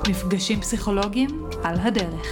מפגשים פסיכולוגיים על הדרך.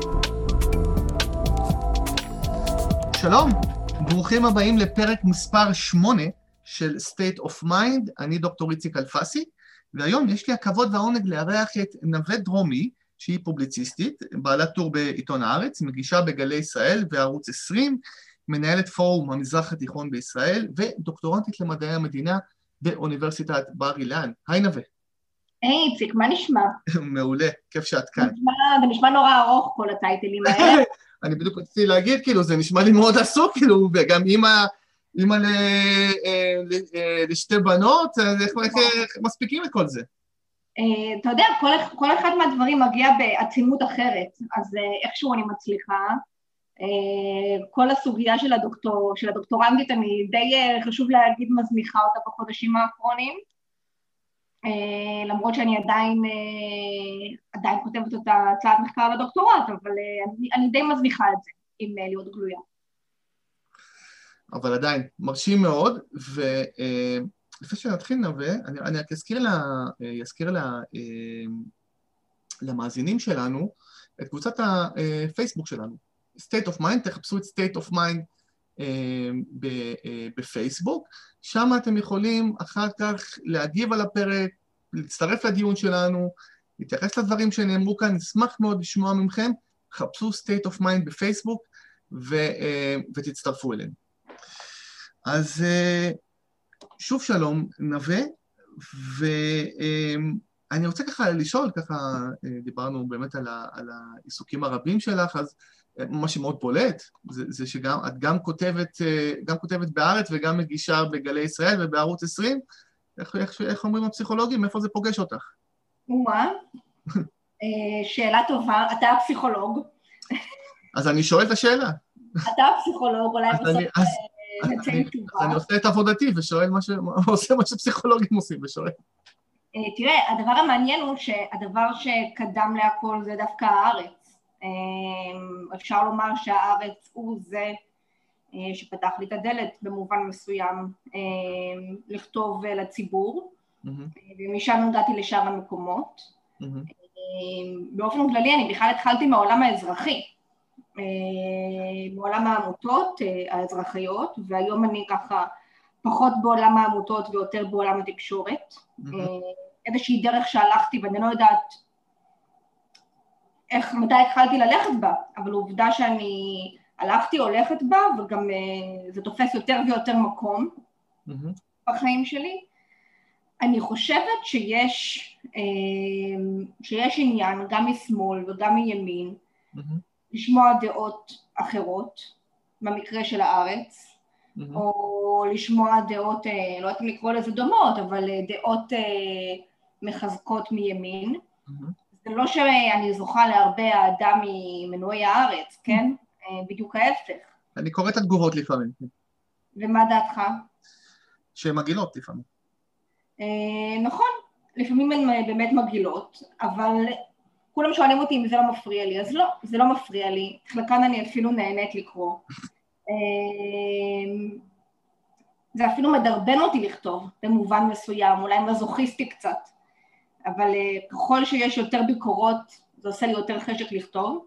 שלום, ברוכים הבאים לפרק מספר 8 של State of Mind. אני דוקטור איציק אלפסי, והיום יש לי הכבוד והעונג לארח את נווה דרומי, שהיא פובליציסטית, בעלת טור בעיתון הארץ, מגישה בגלי ישראל וערוץ 20, מנהלת פורום המזרח התיכון בישראל, ודוקטורנטית למדעי המדינה באוניברסיטת בר אילן. היי נווה. היי איציק, מה נשמע? מעולה, כיף שאת כאן. זה נשמע נורא ארוך כל הטייטלים האלה. אני בדיוק רציתי להגיד, כאילו, זה נשמע לי מאוד עסוק, כאילו, וגם אימא לשתי בנות, איך מספיקים את כל זה? אתה יודע, כל אחד מהדברים מגיע בעצימות אחרת, אז איכשהו אני מצליחה. כל הסוגיה של הדוקטורנטית, אני די חשוב להגיד מזניחה אותה בחודשים האחרונים, למרות שאני עדיין כותבת אותה הצעת מחקר לדוקטורט, אבל אני די מזניחה את זה, אם להיות גלויה. אבל עדיין, מרשים מאוד, ולפני שנתחיל נווה, אני רק אזכיר למאזינים שלנו את קבוצת הפייסבוק שלנו, State of Mind, תחפשו את State of Mind בפייסבוק, שם אתם יכולים אחר כך להגיב על הפרק, להצטרף לדיון שלנו, להתייחס לדברים שנאמרו כאן, נשמח מאוד לשמוע ממכם, חפשו State of Mind בפייסבוק ותצטרפו אלינו. אז שוב שלום נווה, ואני רוצה ככה לשאול, ככה דיברנו באמת על העיסוקים הרבים שלך, אז מה שמאוד בולט, זה שאת גם כותבת בארץ וגם מגישה בגלי ישראל ובערוץ 20, איך אומרים הפסיכולוגים? איפה זה פוגש אותך? שאלה טובה, אתה הפסיכולוג. אז אני שואל את השאלה. אתה הפסיכולוג, אולי בסוף נציין תשובה. אז אני עושה את עבודתי ושואל עושה מה שפסיכולוגים עושים ושואל. תראה, הדבר המעניין הוא שהדבר שקדם להכל זה דווקא הארץ. אפשר לומר שהארץ הוא זה שפתח לי את הדלת במובן מסוים לכתוב לציבור, ומשם נודעתי לשאר המקומות. באופן כללי אני בכלל התחלתי מהעולם האזרחי, מעולם העמותות האזרחיות, והיום אני ככה פחות בעולם העמותות ויותר בעולם התקשורת. איזושהי דרך שהלכתי ואני לא יודעת מתי התחלתי ללכת בה, אבל העובדה שאני הלכתי, הולכת בה, וגם זה תופס יותר ויותר מקום בחיים שלי. אני חושבת שיש עניין, גם משמאל וגם מימין, לשמוע דעות אחרות, במקרה של הארץ, או לשמוע דעות, לא יודעת אם לקרוא לזה דומות, אבל דעות מחזקות מימין. זה לא שאני זוכה להרבה אהדה ממנועי הארץ, כן? בדיוק ההפך. אני קורא את התגובות לפעמים. ומה דעתך? שהן מגעילות לפעמים. נכון, לפעמים הן באמת מגעילות, אבל כולם שואלים אותי אם זה לא מפריע לי, אז לא, זה לא מפריע לי. חלקן אני אפילו נהנית לקרוא. זה אפילו מדרבן אותי לכתוב, במובן מסוים, אולי מזוכיסטי קצת. אבל ככל שיש יותר ביקורות, זה עושה לי יותר חשק לכתוב.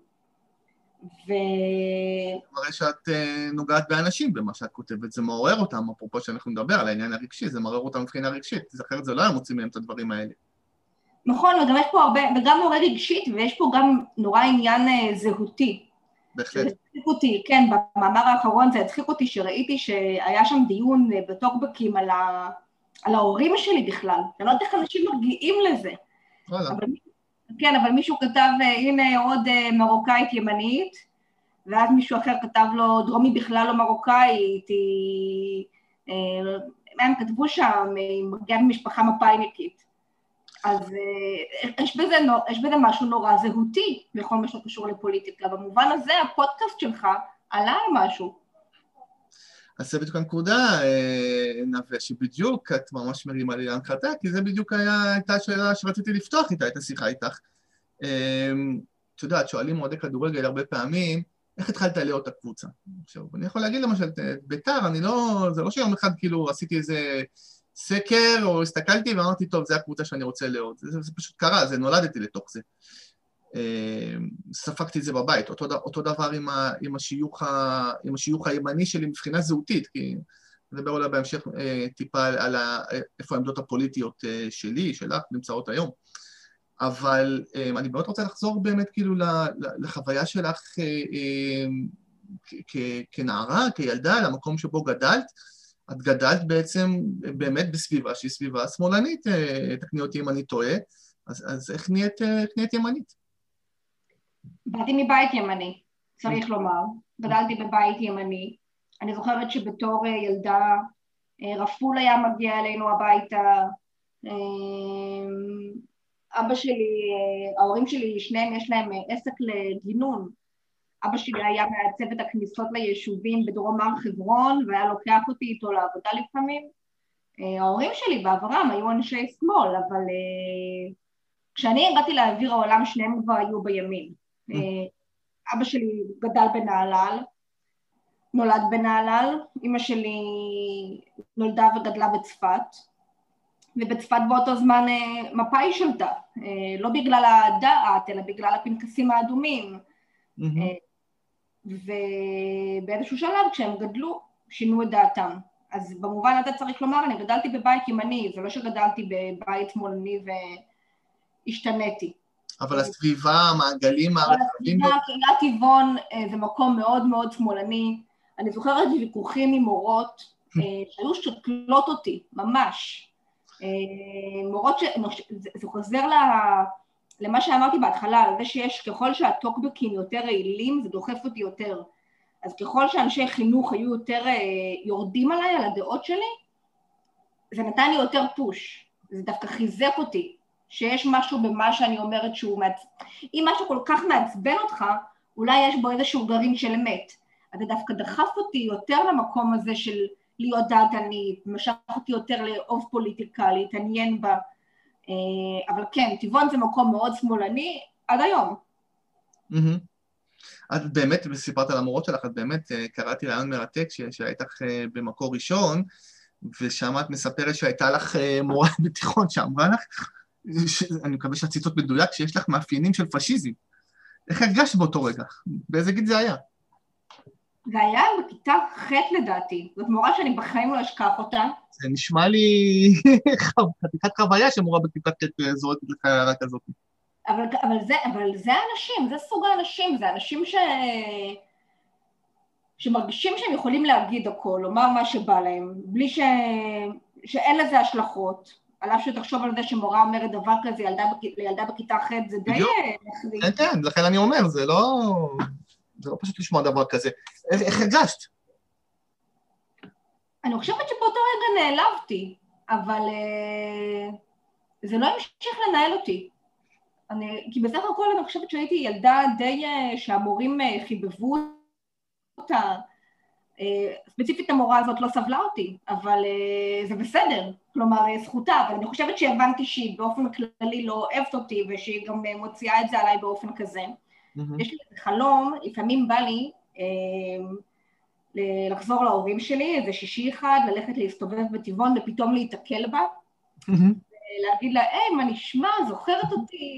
מראה שאת נוגעת באנשים במה שאת כותבת, זה מעורר אותם, אפרופו שאנחנו נדבר על העניין הרגשי, זה מעורר אותם מבחינה רגשית, אחרת זה לא היה מוצאים מהם את הדברים האלה. נכון, וגם יש פה הרבה, וגם נורא רגשית, ויש פה גם נורא עניין זהותי. בהחלט. זה הצחיק אותי, כן, במאמר האחרון זה הצחיק אותי שראיתי שהיה שם דיון בטוקבקים על ההורים שלי בכלל. אני לא יודעת איך אנשים מרגיעים לזה. כן, אבל מישהו כתב, הנה עוד מרוקאית ימנית, ואז מישהו אחר כתב לו, דרומי בכלל לא מרוקאית, הם כתבו שם, היא מגיעה במשפחה מפאיניקית. אז יש בזה משהו נורא זהותי, בכל מה שקשור לפוליטיקה. במובן הזה, הפודקאסט שלך עלה על משהו. אז זה בדיוק הנקודה, נווה, שבדיוק את ממש מרימה לי להנחתה, כי זה בדיוק הייתה השאלה שרציתי לפתוח איתה, את השיחה איתך. את יודעת, שואלים אוהדי כדורגל הרבה פעמים, איך התחלת להיות הקבוצה? עכשיו, אני יכול להגיד למשל, בית"ר, זה לא שיום אחד כאילו עשיתי איזה סקר, או הסתכלתי ואמרתי, טוב, זה הקבוצה שאני רוצה לראות. זה פשוט קרה, זה נולדתי לתוך זה. ספגתי את זה בבית, אותו דבר עם השיוך הימני שלי מבחינה זהותית, כי נדבר אולי בהמשך טיפה על איפה העמדות הפוליטיות שלי, שלך, נמצאות היום. אבל אני באמת רוצה לחזור באמת כאילו לחוויה שלך כנערה, כילדה, למקום שבו גדלת. את גדלת בעצם באמת בסביבה שהיא סביבה שמאלנית, תקני אותי אם אני טועה, אז איך נהיית ימנית? באתי מבית ימני, צריך לומר. גדלתי בבית ימני. אני זוכרת שבתור ילדה רפול היה מגיע אלינו הביתה. אבא שלי, ההורים שלי, שניהם יש להם עסק לגינון. אבא שלי היה מעצב את הכניסות ליישובים בדרום הר חברון, והיה לוקח אותי איתו לעבודה לפעמים. ההורים שלי בעברם היו אנשי שמאל, אבל כשאני הגעתי לאוויר העולם, שניהם כבר היו בימין. אבא שלי גדל בנהלל, נולד בנהלל, אמא שלי נולדה וגדלה בצפת, ובצפת באותו זמן מפא"י שלטה, לא בגלל הדעת, אלא בגלל הפנקסים האדומים. ובאיזשהו שלב, כשהם גדלו, שינו את דעתם. אז במובן הזה צריך לומר, אני גדלתי בבית ימני, זה לא שגדלתי בבית שמאלני והשתניתי. אבל הסביבה, המעגלים הרחבים... הסביבה, קריית טבעון, זה מקום מאוד מאוד שמאלני. אני זוכרת ויכוחים עם מורות שהיו שותלות אותי, ממש. מורות זה חוזר למה שאמרתי בהתחלה, על זה שיש ככל שהטוקבקים יותר רעילים, זה דוחף אותי יותר. אז ככל שאנשי חינוך היו יותר יורדים עליי, על הדעות שלי, זה נתן לי יותר פוש. זה דווקא חיזק אותי, שיש משהו במה שאני אומרת שהוא אם משהו כל כך מעצבן אותך, אולי יש בו איזשהו גרעין של אמת. אז זה דווקא דחף אותי יותר למקום הזה של להיות דעתנית, משך אותי יותר לאהוב פוליטיקה, להתעניין בה. אבל כן, טבעון זה מקום מאוד שמאלני עד היום. את באמת, וסיפרת על המורות שלך, את באמת קראתי רעיון מרתק שהיית לך במקור ראשון, ושם את מספרת שהייתה לך מורה בתיכון שאמרה לך, אני מקווה שהציטוט מדויק, שיש לך מאפיינים של פשיזם. איך הרגשת באותו רגע? באיזה גיל זה היה? זה היה בכיתה ח' לדעתי. זאת מורה שאני בחיים לא אשכח אותה. זה נשמע לי חתיכת חוויה שמורה בכיתה ח' זורקת לך הערה כזאת. אבל זה האנשים, זה סוג האנשים, זה אנשים שמרגישים שהם יכולים להגיד הכל, לומר מה שבא להם, בלי שאין לזה השלכות. על אף שתחשוב על זה שמורה אומרת דבר כזה לילדה בכיתה ח' זה די נחריד. כן, כן, לכן אני אומר, זה לא פשוט לשמוע דבר כזה. איך הרגשת? אני חושבת שבאותו רגע נעלבתי, אבל זה לא המשיך לנהל אותי. כי בסך הכל אני חושבת שהייתי ילדה די שהמורים חיבבו אותה, ספציפית המורה הזאת לא סבלה אותי, אבל זה בסדר, כלומר זכותה, אבל אני חושבת שהבנתי שהיא באופן כללי לא אוהבת אותי, ושהיא גם מוציאה את זה עליי באופן כזה. יש לי חלום, לפעמים בא לי לחזור להורים שלי, איזה שישי אחד, ללכת להסתובב בטבעון ופתאום להתקל בה, ולהגיד לה, מה נשמע, זוכרת אותי,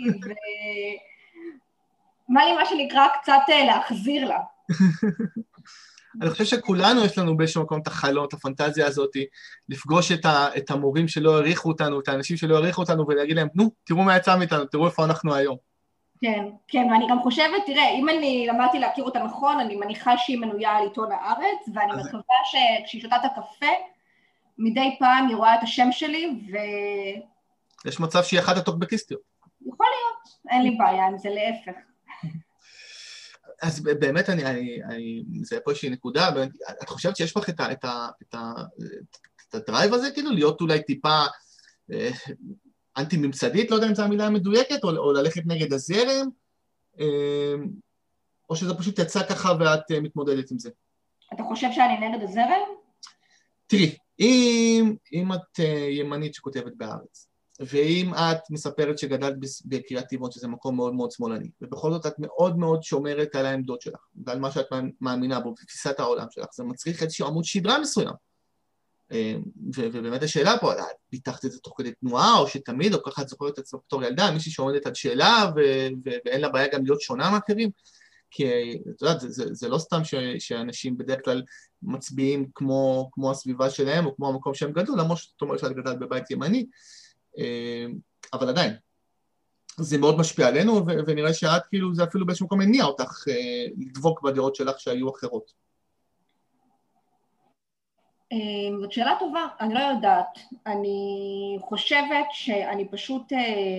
מה לי מה שנקרא קצת להחזיר לה. אני חושב שכולנו יש לנו באיזשהו מקום את החלום, את הפנטזיה הזאת, לפגוש את המורים שלא העריכו אותנו, את האנשים שלא העריכו אותנו, ולהגיד להם, נו, תראו מה יצא מאיתנו, תראו איפה אנחנו היום. כן, כן, ואני גם חושבת, תראה, אם אני למדתי להכיר אותה נכון, אני מניחה שהיא מנויה על עיתון הארץ, ואני מקווה שכשהיא שותה את הקפה, מדי פעם היא רואה את השם שלי, יש מצב שהיא אחת הטוקבקיסטיות. יכול להיות, אין לי בעיה, זה להפך. אז באמת, זה פה איזושהי נקודה, את חושבת שיש לך את הדרייב הזה, כאילו, להיות אולי טיפה אנטי-ממסדית, לא יודע אם זו המילה המדויקת, או ללכת נגד הזרם, או שזה פשוט יצא ככה ואת מתמודדת עם זה? אתה חושב שאני נגד הזרם? תראי, אם את ימנית שכותבת בארץ, ואם את מספרת שגדלת בקריית טבעון, שזה מקום מאוד מאוד שמאלני, ובכל זאת את מאוד מאוד שומרת על העמדות שלך, ועל מה שאת מאמינה בו, בתפיסת העולם שלך, זה מצריך איזשהו עמוד שדרה מסוים. ובאמת השאלה פה, פיתחת את זה תוך כדי תנועה, או שתמיד, או ככה את זוכרת את עצמך בתור ילדה, מישהי שעומדת על שאלה, ואין לה בעיה גם להיות שונה מאחרים, כי את יודעת, זה לא סתם שאנשים בדרך כלל מצביעים כמו הסביבה שלהם, או כמו המקום שהם גדלו, למרות שאת אומרת שאת גדלת בבית ימני, אבל עדיין. זה מאוד משפיע עלינו, ונראה שאת כאילו, זה אפילו באיזשהו מקום מניע אותך לדבוק בדעות שלך שהיו אחרות. זאת שאלה טובה, אני לא יודעת. אני חושבת שאני פשוט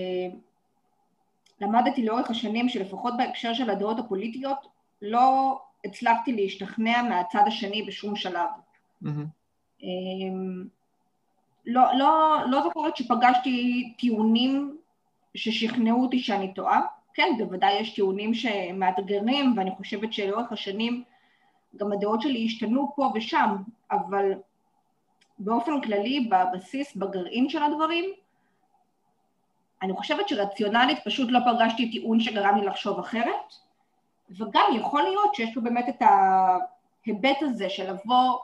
למדתי לאורך השנים שלפחות בהקשר של הדעות הפוליטיות, לא הצלחתי להשתכנע מהצד השני בשום שלב. לא זוכרת שפגשתי טיעונים ששכנעו אותי שאני טועה. כן, בוודאי יש טיעונים שמאתגרים, ואני חושבת שלאורך השנים גם הדעות שלי השתנו פה ושם, אבל באופן כללי, בבסיס, בגרעין של הדברים, אני חושבת שרציונלית פשוט לא פגשתי טיעון שגרם לי לחשוב אחרת, וגם יכול להיות שיש פה באמת את ההיבט הזה של לבוא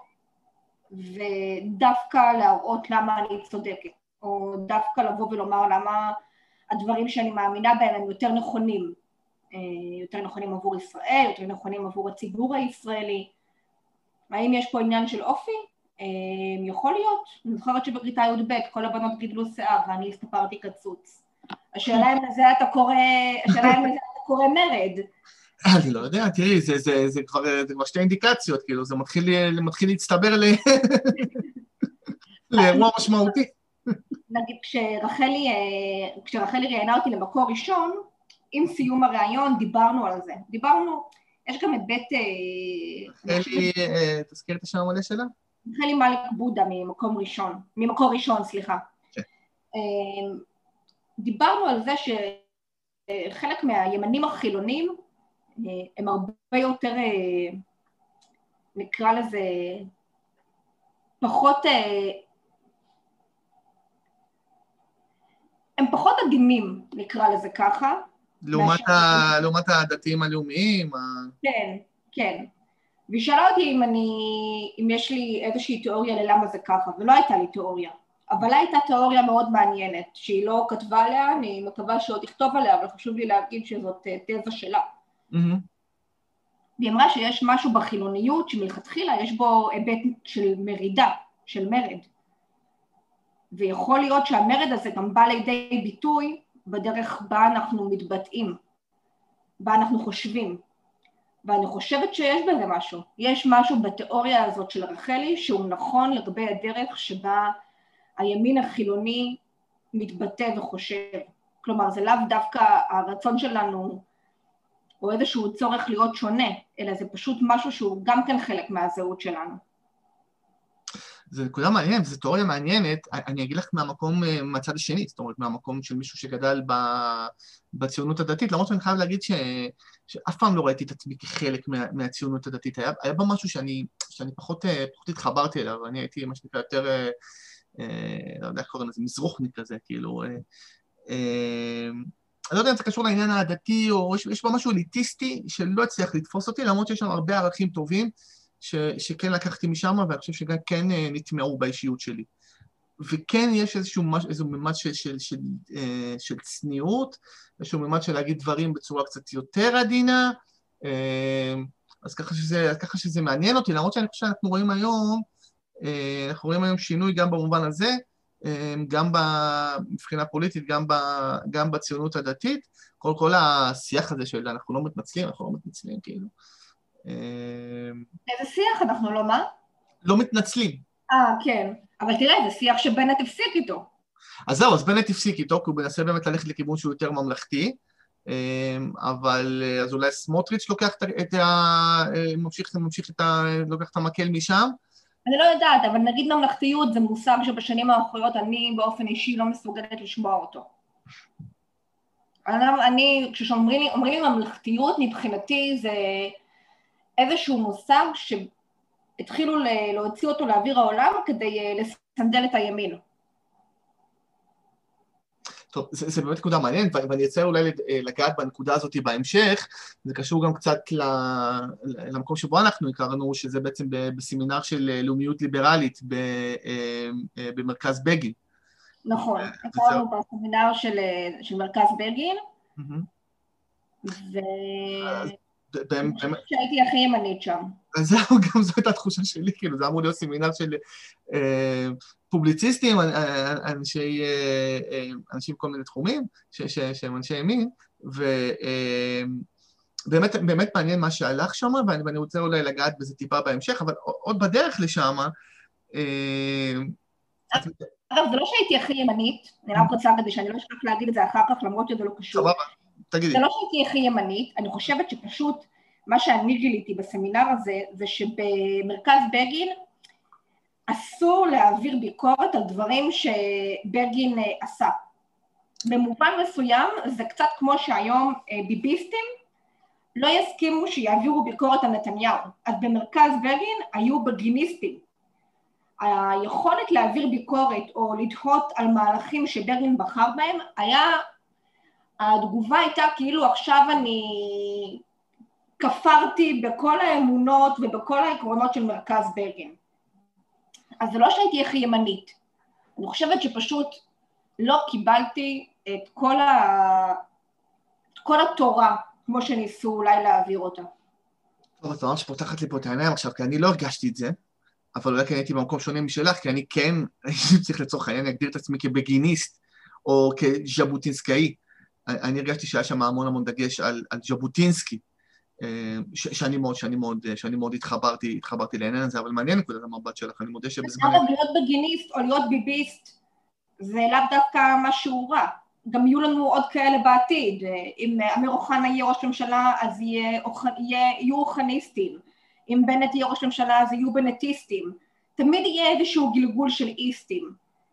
ודווקא להראות למה אני צודקת, או דווקא לבוא ולומר למה הדברים שאני מאמינה בהם הם יותר נכונים, יותר נכונים עבור ישראל, יותר נכונים עבור הציבור הישראלי. האם יש פה עניין של אופי? יכול להיות. אני זוכרת שבכיתה י"ב כל הבנות גידלו שיער ואני הסתפרתי קצוץ. השאלה אם לזה אתה קורא מרד. אני לא יודע, תראי, זה כבר שתי אינדיקציות, כאילו, זה מתחיל להצטבר לאירוע משמעותי. נגיד, כשרחלי ראיינה אותי למקור ראשון, עם סיום הראיון דיברנו על זה. יש גם את בית... רחלי, תזכיר את השם המלא שלה? רחלי מלך בודה ממקור ראשון, סליחה. דיברנו על זה שחלק מהימנים החילונים הם הרבה יותר, נקרא לזה, הם פחות עדינים, נקרא לזה ככה. לעומת הדתיים הלאומיים? כן, כן. והיא שאלה אותי אם יש לי איזושהי תיאוריה ללמה זה ככה, ולא הייתה לי תיאוריה. אבל הייתה תיאוריה מאוד מעניינת, שהיא לא כתבה עליה, אני מקווה שעוד תכתוב עליה, אבל חשוב לי להגיד שזאת תזה שלה. והיא אמרה שיש משהו בחילוניות שמלכתחילה יש בו היבט של מרידה, של מרד. ויכול להיות שהמרד הזה גם בא לידי ביטוי בדרך בה אנחנו מתבטאים, בה אנחנו חושבים. ואני חושבת שיש בזה משהו. יש משהו בתיאוריה הזאת של רחלי שהוא נכון לגבי הדרך שבה הימין החילוני מתבטא וחושב. כלומר, זה לאו דווקא הרצון שלנו או איזשהו צורך להיות שונה, אלא זה פשוט משהו שהוא גם כן חלק מהזהות שלנו. זה נקודה מעניינת, זו תיאוריה מעניינת, אני אגיד לך מהצד השני, זאת אומרת, מהמקום של מישהו שגדל בציונות הדתית, למרות שאני חייב להגיד שאף פעם לא ראיתי את עצמי כחלק מהציונות הדתית, היה בה משהו שאני פחות התחברתי אליו, אני הייתי מה שנקרא יותר, לא יודע איך קוראים לזה, מזרוחניק כזה, כאילו, אני לא יודע אם זה קשור לעניין הדתי, או יש בה משהו אליטיסטי שלא הצליח לתפוס אותי, למרות שיש שם הרבה ערכים טובים, שכן לקחתי משם, ואני חושב שגם כן נטמעו באישיות שלי. וכן יש איזשהו ממד של צניעות, איזשהו ממד של להגיד דברים בצורה קצת יותר עדינה, אז ככה שזה מעניין אותי, למרות שאני חושב שאנחנו רואים היום שינוי גם במובן הזה, גם מבחינה פוליטית, גם בציונות הדתית, כל השיח הזה של אנחנו לא מתנצלים, כאילו. איזה שיח אנחנו לא מה? לא מתנצלים. כן. אבל תראה, זה שיח שבנט הפסיק איתו. אז זהו, אז בנט הפסיק איתו, כי הוא מנסה באמת ללכת לכיוון שהוא יותר ממלכתי, אבל אז אולי סמוטריץ' לוקח את המקל משם. אני לא יודעת, אבל נגיד ממלכתיות זה מושג שבשנים האחרונות אני באופן אישי לא מסוגלת לשמוע אותו. כשאומרים לי ממלכתיות, מבחינתי זה איזשהו מושג שהתחילו להוציא אותו לאוויר העולם כדי לסנדל את הימין. טוב, זה באמת נקודה מעניינת, ואני אצא אולי לגעת בנקודה הזאת בהמשך, זה קשור גם קצת למקום שבו אנחנו הכרנו, שזה בעצם בסמינר של לאומיות ליברלית במרכז בגין. נכון, הכרנו בסמינר של מרכז בגין, ואני חושבת שהייתי הכי ימנית שם. אז זהו, גם זו הייתה התחושה שלי, כאילו, זה אמור להיות סמינר של פובליציסטים, אנשים כל מיני תחומים, שהם אנשי ימין, ובאמת מעניין מה שהלך שם, ואני רוצה אולי לגעת בזה טיפה בהמשך, אבל עוד בדרך לשם, אגב, זה לא שהייתי הכי ימנית, אני רק רוצה כדי שאני לא אשכח להגיד את זה אחר כך, למרות שזה לא קשור. סבבה, תגידי. זה לא שהייתי הכי ימנית, אני חושבת שפשוט מה שאני גיליתי בסמינר הזה, זה שבמרכז בגין אסור להעביר ביקורת על דברים שבגין עשה. במובן מסוים זה קצת כמו שהיום ביביסטים לא יסכימו שיעבירו ביקורת על נתניהו, אז במרכז בגין היו בגיניסטים. היכולת להעביר ביקורת או לדחות על מהלכים שבגין בחר בהם, התגובה הייתה כאילו עכשיו אני כפרתי בכל האמונות ובכל העקרונות של מרכז בגין. אז זה לא שהייתי הכי ימנית, אני חושבת שפשוט לא קיבלתי את כל התורה כמו שניסו אולי להעביר אותה. טוב, את ממש פותחת לי פה את העיניים עכשיו, כי אני לא הרגשתי את זה, אבל אולי כן הייתי במקום שונה משלך, כי אני כן, צריך לצורך העניין, להגדיר את עצמי כבגיניסט, או כז'בוטינסקאי. אני הרגשתי שהיה שם המון דגש על ז'בוטינסקי, שאני מאוד התחברתי לעניין הזה, אבל מעניין נקודת המבט שלך, אני מודה שבזמן... אגב, להיות בגיניסט או להיות ביביסט, זה לאו דווקא משהו רע. גם יהיו לנו עוד כאלה בעתיד. אם אמיר אוחנה יהיה ראש ממשלה, אז יהיו אוחניסטים. אם בנט יהיה ראש ממשלה, אז יהיו בנטיסטים. תמיד יהיה איזשהו גלגול של איסטים.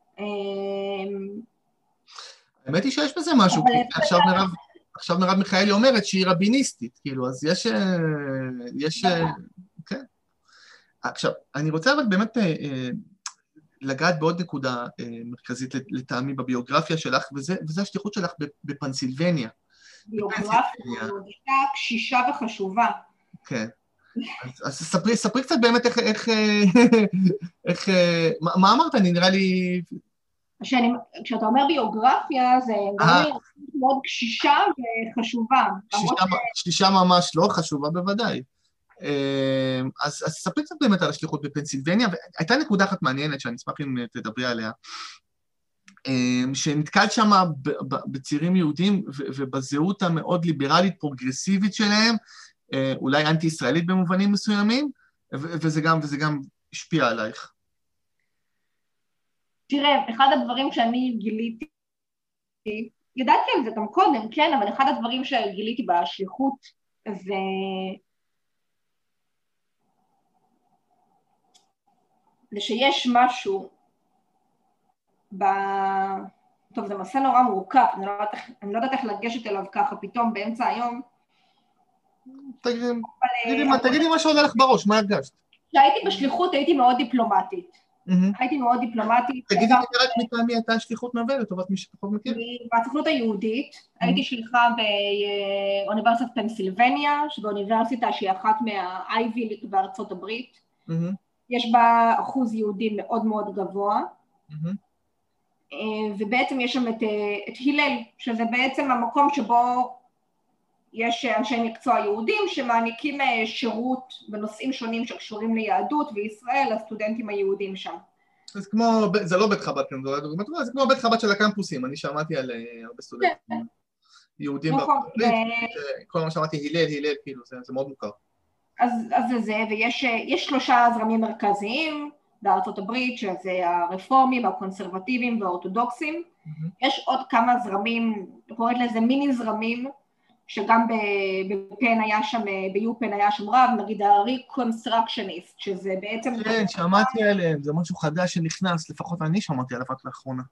האמת היא שיש בזה משהו, עכשיו מרב מיכאלי אומרת שהיא רביניסטית, כאילו, אז יש, כן. עכשיו, אני רוצה אבל באמת לגעת בעוד נקודה מרכזית לטעמי בביוגרפיה שלך, וזה השליחות שלך בפנסילבניה. ביוגרפיה, מודיעה קשישה וחשובה. כן. אז ספרי קצת באמת איך, מה אמרת? אני נראה לי... כשאתה אומר ביוגרפיה, זה מאוד קשישה וחשובה. קשישה ממש לא, חשובה בוודאי. אז ספרי קצת באמת על השליחות בפנסילבניה, והייתה נקודה אחת מעניינת שאני אשמח אם תדברי עליה, שנתקלת שם בצעירים יהודים ובזהות המאוד ליברלית פרוגרסיבית שלהם, אולי אנטי-ישראלית במובנים מסוימים, וזה גם השפיע עלייך. תראה, אחד הדברים שאני גיליתי, ידעתי על זה גם קודם, כן, אבל אחד הדברים שגיליתי בשליחות זה שיש משהו טוב, זה מסע נורא מורכב, אני לא יודעת איך לגשת אליו ככה פתאום באמצע היום. תגידי מה שעולה לך בראש, מה הרגשת? כשהייתי בשליחות הייתי מאוד דיפלומטית. הייתי מאוד דיפלומטית. תגידי רק מטעמי הייתה שליחות נווה לטובת מי שפחות מכיר? בסוכנות היהודית, הייתי שליחה באוניברסיטת פנסילבניה, שבאוניברסיטה שהיא אחת מהאייבי ליג בארצות הברית. יש בה אחוז יהודים מאוד מאוד גבוה. ובעצם יש שם את הלל, שזה בעצם המקום שבו יש אנשי מקצוע יהודים שמעניקים שירות בנושאים שונים שקשורים ליהדות וישראל לסטודנטים היהודים שם. אז כמו, זה לא בית חב"ד, זה כמו בית חב"ד של הקמפוסים, אני שמעתי על הרבה סטודנטים יהודים בארצות הברית, כל מה שמעתי הלל, כאילו, זה מאוד מוכר. אז זה, ויש 3 זרמים מרכזיים בארצות הברית, שזה הרפורמים, הקונסרבטיביים והאורתודוקסים. יש עוד כמה זרמים, קוראת לזה מיני זרמים, שגם בפן היה שם, ביופן היה שם רב, נגיד הריקונסטרקשניסט, שזה בעצם... כן, שמעתי עליהם, זה משהו חדש שנכנס, לפחות אני שמעתי עליו רק לאחרונה.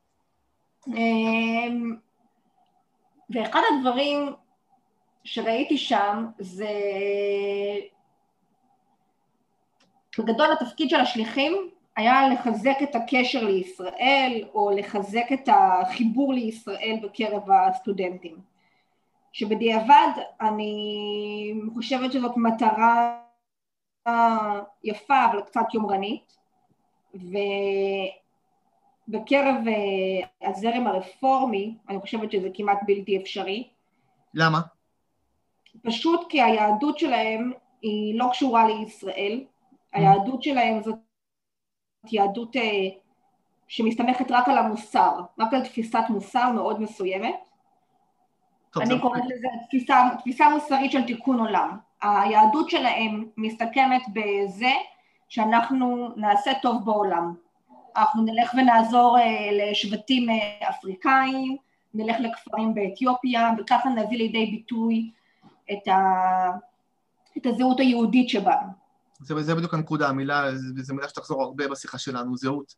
ואחד הדברים שראיתי שם זה... בגדול התפקיד של השליחים היה לחזק את הקשר לישראל, או לחזק את החיבור לישראל בקרב הסטודנטים. שבדיעבד אני חושבת שזאת מטרה יפה, אבל קצת יומרנית, ובקרב הזרם הרפורמי, אני חושבת שזה כמעט בלתי אפשרי. למה? פשוט כי היהדות שלהם היא לא קשורה לישראל, היהדות שלהם זאת יהדות שמסתמכת רק על המוסר, רק על תפיסת מוסר מאוד מסוימת. אני קוראת לזה תפיסה מוסרית של תיקון עולם. היהדות שלהם מסתכמת בזה שאנחנו נעשה טוב בעולם. אנחנו נלך ונעזור לשבטים אפריקאים, נלך לכפרים באתיופיה, וככה נביא לידי ביטוי את הזהות היהודית שבנו. זה בדיוק הנקודה, המילה, וזו מילה שתחזור הרבה בשיחה שלנו, זהות.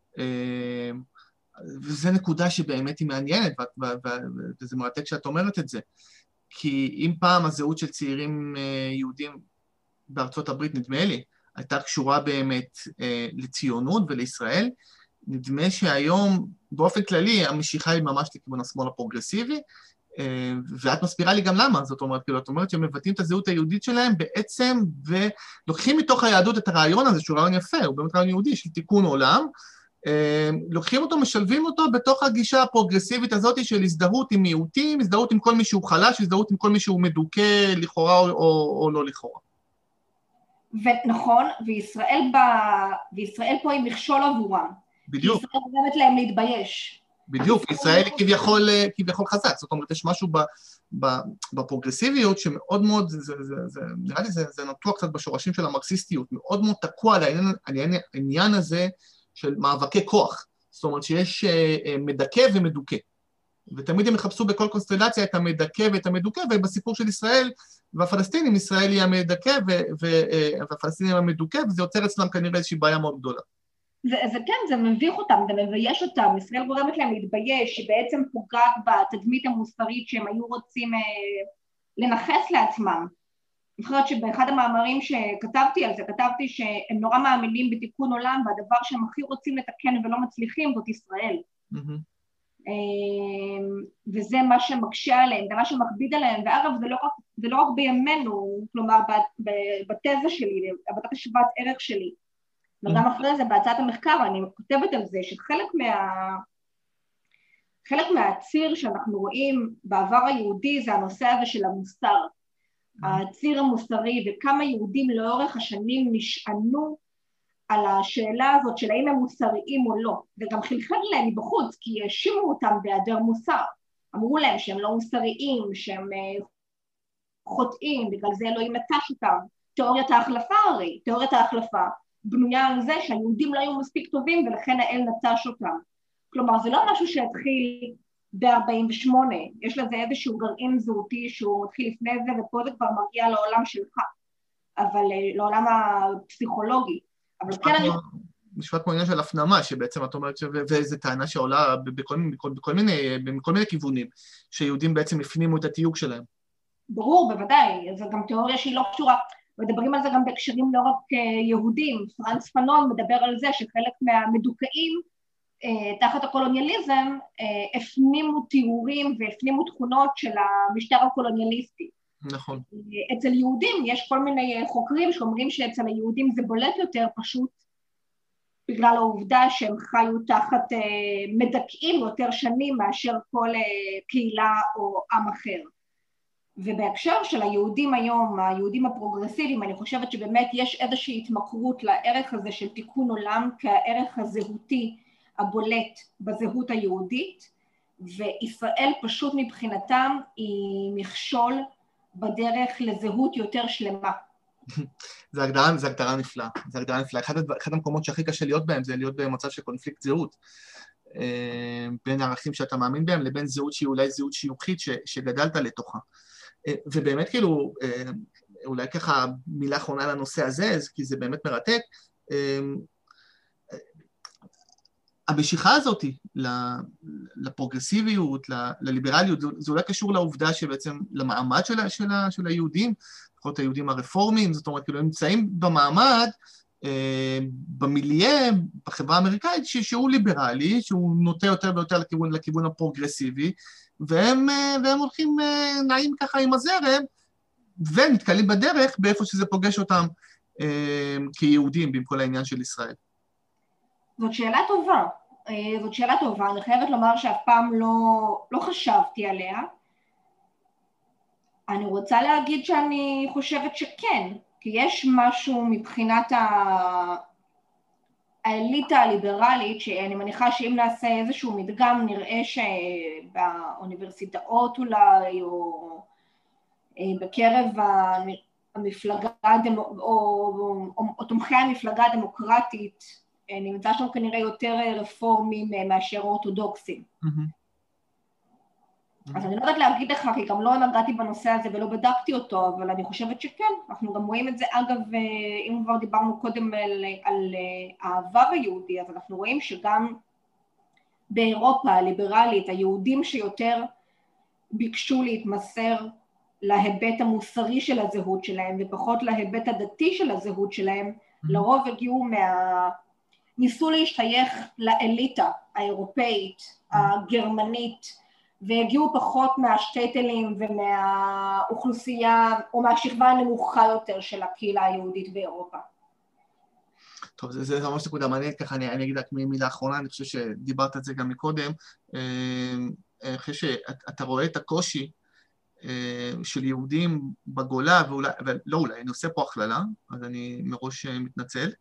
וזו נקודה שבאמת היא מעניינת, וזה מרתק שאת אומרת את זה. כי אם פעם הזהות של צעירים יהודים בארצות הברית, נדמה לי, הייתה קשורה באמת לציונות ולישראל, נדמה שהיום, באופן כללי, המשיכה היא ממש לכיוון השמאל הפרוגרסיבי, ואת מסבירה לי גם למה, זאת אומרת, כאילו, את אומרת שהם מבטאים את הזהות היהודית שלהם בעצם, ולוקחים מתוך היהדות את הרעיון הזה, שהוא רעיון יפה, הוא באמת רעיון יהודי של תיקון עולם, לוקחים אותו, משלבים אותו בתוך הגישה הפרוגרסיבית הזאת של הזדהות עם מיעוטים, הזדהות עם כל מי שהוא חלש, הזדהות עם כל מי שהוא מדוכא, לכאורה או לא לכאורה. ונכון, וישראל פה היא מכשול עבורם. בדיוק. ישראל גורמת להם להתבייש. בדיוק, ישראל היא כביכול חזק, זאת אומרת, יש משהו בפרוגרסיביות שמאוד מאוד, נראה לי זה נטוע קצת בשורשים של המרקסיסטיות, מאוד מאוד תקוע על העניין הזה של מאבקי כוח, זאת אומרת שיש מדכא ומדוכא, ותמיד הם יחפשו בכל קונסטלציה את המדכא ואת המדוכא, ובסיפור של ישראל והפלסטינים, ישראל היא המדכא והפלסטינים המדוכא, וזה יוצר אצלם כנראה איזושהי בעיה מאוד גדולה. זה כן, זה מביך אותם, זה מבייש אותם, ישראל גורמת להם להתבייש, שהיא בעצם פוגעת בתדמית המוסרית שהם היו רוצים לנחס לעצמם. אני חושבת שבאחד המאמרים שכתבתי על זה, כתבתי שהם נורא מאמינים בתיקון עולם, והדבר שהם הכי רוצים לתקן ולא מצליחים זאת ישראל. וזה מה שמקשה עליהם, זה מה שמכביד עליהם, ואגב זה לא רק בימינו, כלומר בתזה שלי, עבודת השוואת ערך שלי, וגם אחרי זה בהצעת המחקר אני כותבת על זה חלק מהציר שאנחנו רואים בעבר היהודי זה הנושא הזה של המוסר, הציר המוסרי, וכמה יהודים לאורך השנים נשענו על השאלה הזאת של האם הם מוסריים או לא, וגם חלחל להם בחוץ כי האשימו אותם בהיעדר מוסר, אמרו להם שהם לא מוסריים, שהם חוטאים, בגלל זה אלוהים נטש אותם, תיאוריית ההחלפה הרי, תיאוריית ההחלפה בנויה על זה שהיהודים לא היו מספיק טובים ולכן האל נטש אותם. כלומר, זה לא משהו שהתחיל ב-48, יש לזה איזשהו גרעין זהותי שהוא מתחיל לפני זה, ופה זה כבר מגיע לעולם שלך, אבל לעולם הפסיכולוגי. אבל כן אני... משפט כמו עניין של הפנמה, שבעצם את אומרת, וזו טענה שעולה בכל מיני כיוונים, שיהודים בעצם הפנימו את התיוג שלהם. ברור, בוודאי, זו גם תיאוריה שהיא לא קשורה, מדברים על זה גם בהקשרים לא רק יהודים, פרנץ פנון מדבר על זה שחלק מהמדוכאים תחת הקולוניאליזם הפנימו תיאורים והפנימו תכונות של המשטר הקולוניאליסטי. נכון. אצל יהודים יש כל מיני חוקרים שאומרים שאצל היהודים זה בולט יותר פשוט בגלל העובדה שהם חיו תחת מדכאים יותר שנים מאשר כל קהילה או עם אחר. ובהקשר של היהודים היום, היהודים הפרוגרסיביים, אני חושבת שבאמת יש איזושהי התמכרות לערך הזה של תיקון עולם כערך הזהותי הבולט בזהות היהודית, וישראל פשוט מבחינתם היא מכשול בדרך לזהות יותר שלמה. זה הגדרה נפלאה, זה הגדרה נפלאה. אחד המקומות שהכי קשה להיות בהם זה להיות במצב של קונפליקט זהות, בין הערכים שאתה מאמין בהם לבין זהות שהיא אולי זהות שיוכית שגדלת לתוכה. ובאמת כאילו, אולי ככה מילה אחרונה לנושא הזה, כי זה באמת מרתק, המשיכה הזאת לפרוגרסיביות, לליברליות, זה אולי קשור לעובדה שבעצם למעמד של היהודים, לפחות היהודים הרפורמיים, זאת אומרת, כאילו הם נמצאים במעמד במיליה, בחברה האמריקאית, שהוא ליברלי, שהוא נוטה יותר ויותר לכיוון הפרוגרסיבי, והם הולכים נעים ככה עם הזרם, ונתקלים בדרך באיפה שזה פוגש אותם כיהודים, עם כל העניין של ישראל. זאת שאלה טובה. אני חייבת לומר שאף פעם לא חשבתי עליה. אני רוצה להגיד שאני חושבת שכן, כי יש משהו מבחינת האליטה הליברלית, שאני מניחה שאם נעשה איזשהו מדגם, נראה שבאוניברסיטאות אולי, או בקרב המפלגה, או תומכי המפלגה הדמוקרטית, נמצא שם כנראה יותר רפורמים מאשר אורתודוקסים. אז אני לא יודעת להגיד לך, כי גם לא נגעתי בנושא הזה ולא בדקתי אותו, אבל אני חושבת שכן, אנחנו גם רואים את זה. אגב, אם כבר דיברנו קודם על העבר היהודי, אז אנחנו רואים שגם באירופה הליברלית, היהודים שיותר ביקשו להתמסר להיבט המוסרי של הזהות שלהם, ופחות להיבט הדתי של הזהות שלהם, לרוב הגיעו ניסו להשתייך לאליטה האירופאית, הגרמנית, והגיעו פחות מהשטייטלים ומהאוכלוסייה, או מהשכבה הנמוכה יותר של הקהילה היהודית באירופה. טוב, זה ממש נקודה מעניינת, ככה אני אגיד רק מילה אחרונה, אני חושב שדיברת את זה גם מקודם, אני חושב שאתה רואה את הקושי של יהודים בגולה, ולא אולי, אני עושה פה הכללה, אז אני מראש מתנצל,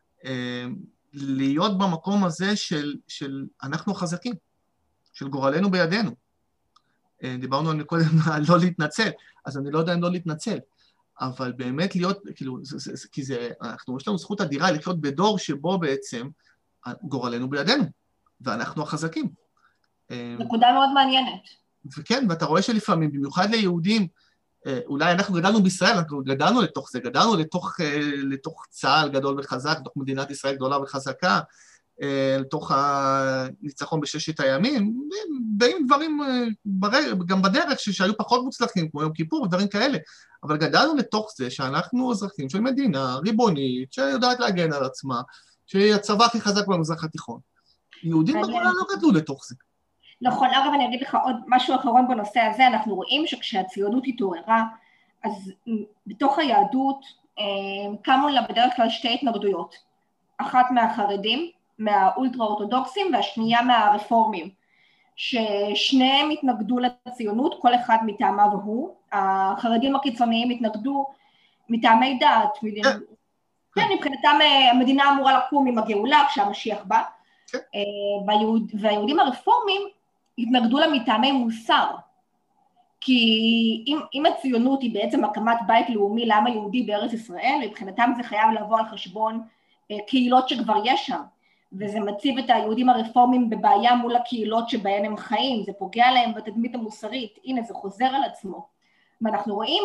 להיות במקום הזה של אנחנו חזקים, של גורלנו בידינו. דיברנו על קודם על לא להתנצל, אז אני לא יודע אם לא להתנצל, אבל באמת להיות, כאילו, כי יש לנו זכות אדירה לחיות בדור שבו בעצם גורלנו בידינו, ואנחנו החזקים. נקודה מאוד מעניינת. וכן, ואתה רואה שלפעמים, במיוחד ליהודים, אולי אנחנו גדלנו בישראל, אנחנו גדלנו לתוך זה, גדלנו לתוך צה"ל גדול וחזק, לתוך מדינת ישראל גדולה וחזקה, לתוך הניצחון בששת הימים, באים דברים גם בדרך שהיו פחות מוצלחים, כמו יום כיפור ודברים כאלה, אבל גדלנו לתוך זה שאנחנו אזרחים של מדינה ריבונית, שיודעת להגן על עצמה, שהצבא הכי חזק במזרח התיכון. יהודים בגולה לא גדלו לתוך זה. נכון, אגב, אני אגיד לך עוד משהו אחרון בנושא הזה, אנחנו רואים שכשהציונות התעוררה, אז בתוך היהדות קמו לה בדרך כלל שתי התנגדויות, אחת מהחרדים, מהאולטרה-אורתודוקסים, והשנייה מהרפורמים, ששניהם התנגדו לציונות, כל אחד מטעמיו הוא, החרדים הקיצוניים התנגדו מטעמי דעת, כן, מבחינתם המדינה אמורה לקום עם הגאולה כשהמשיח בא, והיהודים הרפורמים התנגדו לה מטעמי מוסר, כי אם הציונות היא בעצם הקמת בית לאומי לעם היהודי בארץ ישראל, מבחינתם זה חייב לבוא על חשבון קהילות שכבר יש שם, וזה מציב את היהודים הרפורמים בבעיה מול הקהילות שבהן הם חיים, זה פוגע להם בתדמית המוסרית, הנה זה חוזר על עצמו, ואנחנו רואים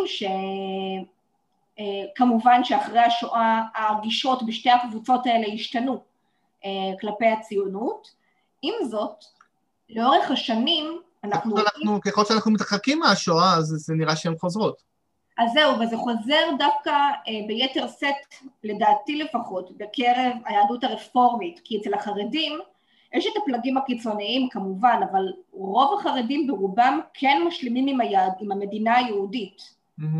שכמובן שאחרי השואה הגישות בשתי הקבוצות האלה השתנו כלפי הציונות, עם זאת, לאורך השנים אנחנו ככל שאנחנו מתרחקים מהשואה, אז זה נראה שהן חוזרות. אז זהו, וזה חוזר דווקא ביתר סט, לדעתי לפחות, בקרב היהדות הרפורמית, כי אצל החרדים יש את הפלגים הקיצוניים כמובן, אבל רוב החרדים ברובם כן משלימים עם המדינה היהודית.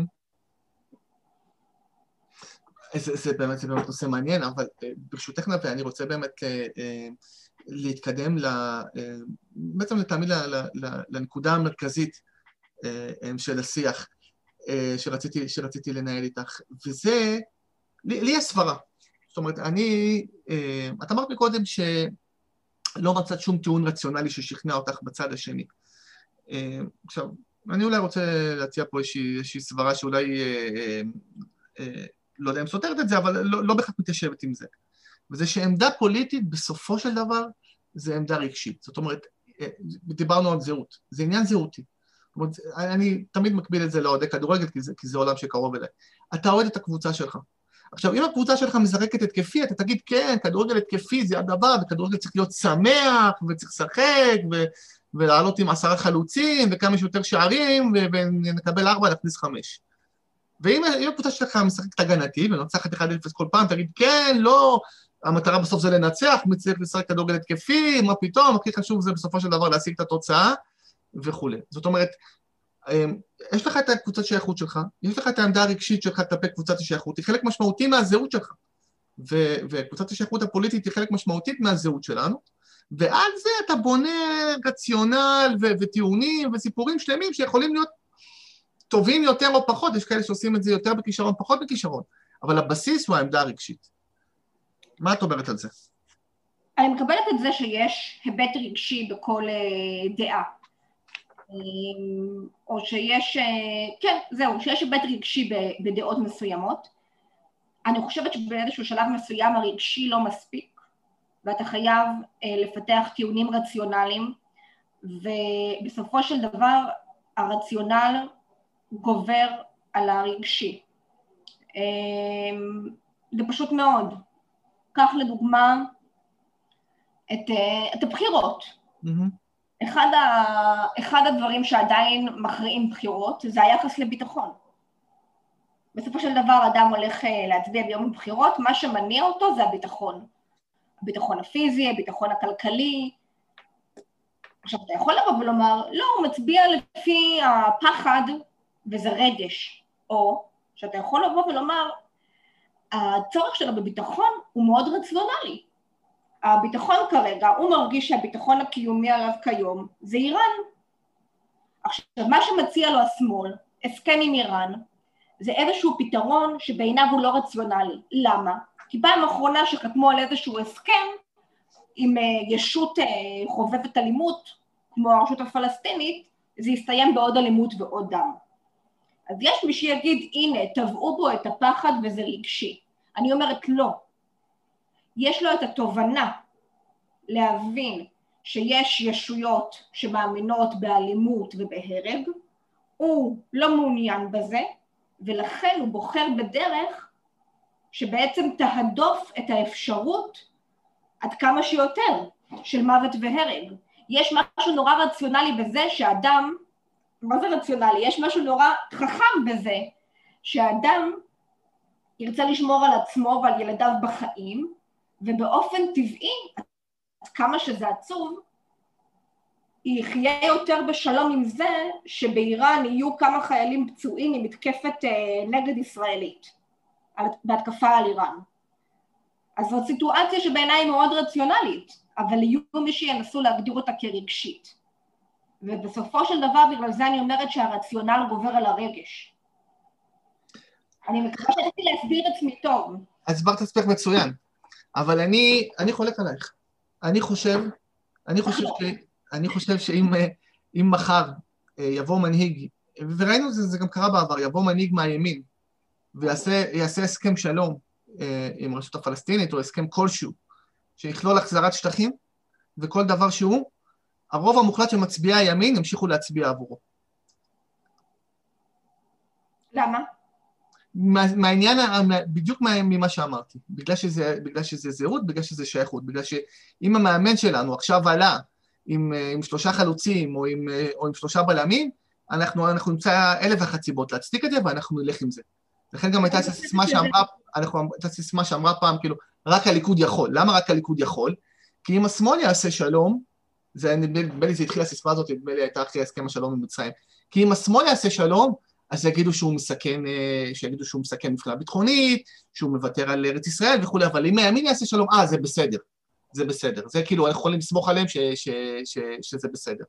זה באמת נושא מעניין, אבל ברשותך נווה, אני רוצה באמת להתקדם בעצם לטעמי לנקודה המרכזית של השיח שרציתי לנהל איתך, וזה, לי יש סברה. זאת אומרת, את אמרת מקודם שלא מצאת שום טיעון רציונלי ששכנע אותך בצד השני. עכשיו, אני אולי רוצה להציע פה איזושהי סברה שאולי, לא יודע אם סותרת את זה, אבל לא בכך מתיישבת עם זה. וזה שעמדה פוליטית בסופו של דבר זה עמדה רגשית. זאת אומרת, דיברנו על זהות, זה עניין זהותי. זאת אומרת, אני תמיד מקביל את זה לאוהדי כדורגל, כי זה עולם שקרוב אליי. אתה אוהד את הקבוצה שלך. עכשיו, אם הקבוצה שלך משחקת התקפי, אתה תגיד, כן, כדורגל התקפי זה הדבר, וכדורגל צריך להיות שמח, וצריך לשחק, ולעלות עם 10 חלוצים, וכמה שיותר שערים, ונקבל 4, נכניס 5. ואם הקבוצה שלך משחקת הגנתי, ונוצחת 1-0 כל פעם, תגיד, כן, לא, המטרה בסוף זה לנצח, מצליח לשחק כדורגל התקפי, מה פתאום, הכי חשוב זה בסופו של דבר להשיג את התוצאה, וכו'. זאת אומרת, יש לך את הקבוצת שייכות שלך, יש לך את העמדה הרגשית שלך כלפי קבוצת השייכות, היא חלק משמעותי מהזהות שלך, וקבוצת השייכות הפוליטית היא חלק משמעותית מהזהות שלנו, ועל זה אתה בונה רציונל וטיעונים וסיפורים שלמים שיכולים להיות טובים יותר או פחות, יש כאלה שעושים את זה יותר בכישרון, פחות בכישרון, אבל הבסיס הוא העמדה הרגשית. מה את אומרת על זה? אני מקבלת את זה שיש היבט רגשי בכל דעה, או שיש, כן, זהו, שיש היבט רגשי בדעות מסוימות. אני חושבת שבאיזשהו שלב מסוים הרגשי לא מספיק, ואתה חייב לפתח טיעונים רציונליים, ובסופו של דבר הרציונל גובר על הרגשי. זה פשוט מאוד. קח לדוגמה את הבחירות. אחד הדברים שעדיין מכריעים בחירות זה היחס לביטחון. בסופו של דבר אדם הולך להצביע ביום הבחירות, מה שמניע אותו זה הביטחון. הביטחון הפיזי, הביטחון הכלכלי. עכשיו אתה יכול לבוא ולומר, לא, הוא מצביע לפי הפחד וזה רגש. או שאתה יכול לבוא ולומר, הצורך שלו בביטחון הוא מאוד רציונלי. הביטחון כרגע, הוא מרגיש שהביטחון הקיומי עליו כיום זה איראן. עכשיו, מה שמציע לו השמאל, הסכם עם איראן, זה איזשהו פתרון שבעיניו הוא לא רציונלי. למה? כי פעם האחרונה שחתמו על איזשהו הסכם עם ישות חובבת אלימות, כמו הרשות הפלסטינית, זה יסתיים בעוד אלימות ועוד דם. אז יש מי שיגיד, הנה, תבעו בו את הפחד וזה רגשי. אני אומרת לא. יש לו את התובנה להבין שיש ישויות שמאמינות באלימות ובהרג, הוא לא מעוניין בזה, ולכן הוא בוחר בדרך שבעצם תהדוף את האפשרות עד כמה שיותר של מוות והרג. יש משהו נורא רציונלי בזה שאדם, מה זה רציונלי? יש משהו נורא חכם בזה שהאדם ירצה לשמור על עצמו ועל ילדיו בחיים, ובאופן טבעי, עד כמה שזה עצוב, יחיה יותר בשלום עם זה שבאיראן יהיו כמה חיילים פצועים ממתקפת נגד ישראלית, בהתקפה על איראן. אז זאת סיטואציה שבעיניי היא מאוד רציונלית, אבל יהיו מי שינסו להגדיר אותה כרגשית. ובסופו של דבר, בגלל זה אני אומרת שהרציונל גובר על הרגש. אני מקווה שרציתי להסביר את עצמי טוב. הסברת עצמך מצוין, אבל אני חולק עלייך. אני חושב שאם מחר יבוא מנהיג, וראינו זה גם קרה בעבר, יבוא מנהיג מהימין, ויעשה הסכם שלום עם הרשות הפלסטינית, או הסכם כלשהו, שיכלול החזרת שטחים, וכל דבר שהוא, הרוב המוחלט של מצביעי הימין ימשיכו להצביע עבורו. למה? מהעניין, בדיוק ממה שאמרתי, בגלל שזה זהות, בגלל שזה שייכות, בגלל שאם המאמן שלנו עכשיו עלה עם 3 חלוצים או עם 3 בלמים, אנחנו נמצא 1,001 סיבות להצדיק את זה, ואנחנו נלך עם זה. לכן גם הייתה סיסמה שאמרה פעם, כאילו, רק הליכוד יכול. למה רק הליכוד יכול? כי אם השמאל יעשה שלום, נדמה לי זה התחילה הסיסמה הזאת, נדמה לי הייתה אחרי הסכם השלום עם מצרים, כי אם השמאל יעשה שלום, אז יגידו שהוא מסכן מבחינה ביטחונית, שהוא מוותר על ארץ ישראל וכו', אבל אם הימין יעשה שלום, זה בסדר. זה בסדר. זה כאילו, אנחנו יכולים לסמוך עליהם שזה בסדר.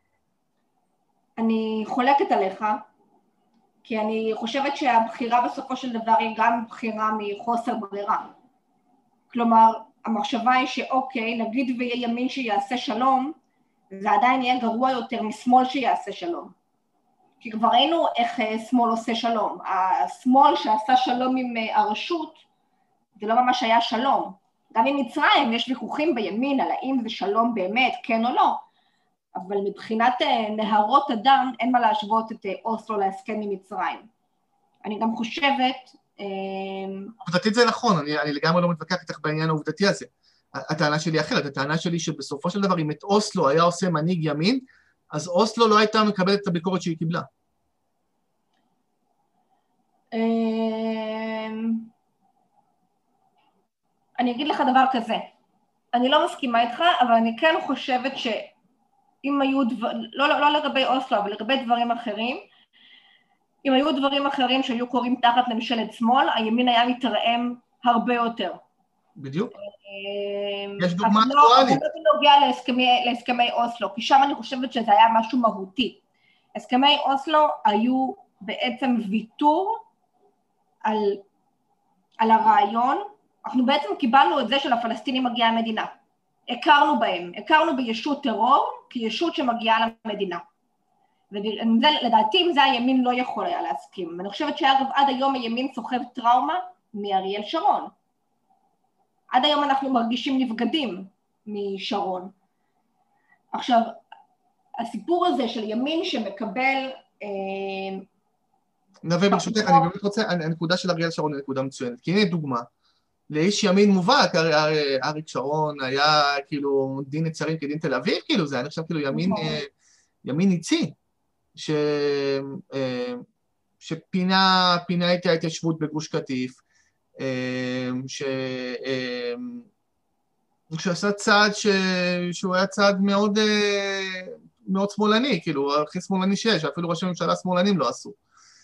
אני חולקת עליך, כי אני חושבת שהבחירה בסופו של דבר היא גם בחירה מחוסר ברירה. כלומר, המחשבה היא שאוקיי, נגיד ויהיה ימין שיעשה שלום, זה עדיין יהיה גרוע יותר משמאל שיעשה שלום. כי כבר ראינו איך שמאל עושה שלום. השמאל שעשה שלום עם הרשות, זה לא ממש היה שלום. גם עם מצרים יש ויכוחים בימין על האם זה שלום באמת, כן או לא. אבל מבחינת נהרות הדם, אין מה להשוות את אוסלו להסכם עם מצרים. אני גם חושבת... עובדתית זה נכון, אני לגמרי לא מתווכח איתך בעניין העובדתי הזה. הטענה שלי אחרת, הטענה שלי שבסופו של דבר, אם את אוסלו היה עושה מנהיג ימין, אז אוסלו לא הייתה מקבלת את הביקורת שהיא קיבלה. אני אגיד לך דבר כזה, אני לא מסכימה איתך, אבל אני כן חושבת שאם היו לא לגבי אוסלו, אבל לגבי דברים אחרים, אם היו דברים אחרים שהיו קוראים תחת לממשלת שמאל, הימין היה מתרעם הרבה יותר. בדיוק. יש דוגמה אקטואלית. אבל לא בנוגע להסכמי אוסלו, כי שם אני חושבת שזה היה משהו מהותי. הסכמי אוסלו היו בעצם ויתור על הרעיון, אנחנו בעצם קיבלנו את זה שלפלסטינים מגיעה המדינה. הכרנו בהם, הכרנו בישות טרור כישות שמגיעה למדינה. ולדעתי עם זה הימין לא יכול היה להסכים. ואני חושבת שאגב עד היום הימין סוחב טראומה מאריאל שרון. עד היום אנחנו מרגישים נבגדים משרון. עכשיו, הסיפור הזה של ימין שמקבל... נווה, ברשותך, אני באמת רוצה, הנקודה של אריאל שרון היא נקודה מצוינת, כי הנה דוגמה, לאיש ימין מובהק, אריק שרון היה כאילו דין נצרים כדין תל אביב, כאילו זה היה נחשב כאילו ימין ניצי, שפינה את ההתיישבות בגוש קטיף, שעשה צעד שהוא היה צעד מאוד שמאלני, כאילו הכי שמאלני שיש, אפילו ראשי ממשלה שמאלנים לא עשו.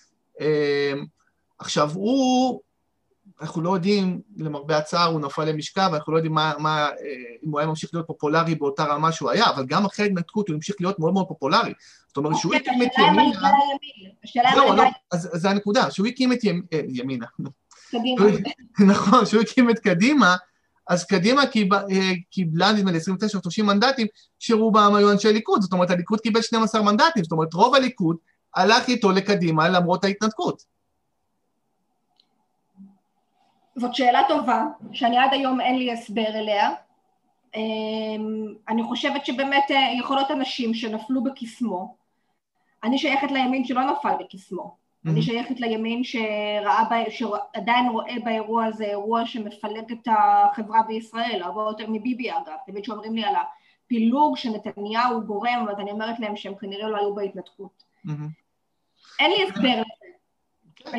עכשיו אנחנו לא יודעים, למרבה הצער הוא נפל למשכב, אנחנו לא יודעים אם הוא היה ממשיך להיות פופולרי באותה רמה שהוא היה, אבל גם אחרי ההתנתקות הוא המשיך להיות מאוד מאוד פופולרי. זאת אומרת שהוא הקים את ימינה... לא, זה הנקודה, שהוא הקים את ימינה. קדימה. נכון, שהוא הקים את קדימה, אז קדימה קיבלה נדמה לי 29 או 30 מנדטים, שרובם היו אנשי ליכוד, זאת אומרת הליכוד קיבל 12 מנדטים, זאת אומרת רוב הליכוד הלך איתו לקדימה למרות ההתנתקות. זאת שאלה טובה, שאני עד היום אין לי הסבר אליה. אני חושבת שבאמת יכול להיות אנשים שנפלו בקסמו. אני שייכת לימין שלא נפל בקסמו. אני שייכת לימין שעדיין רואה באירוע הזה אירוע שמפלג את החברה בישראל, הרבה יותר מביבי אגב. תמיד שאומרים לי על הפילוג שנתניהו גורם, אז אני אומרת להם שהם כנראה לא היו בהתנתקות. אין לי הסבר לזה.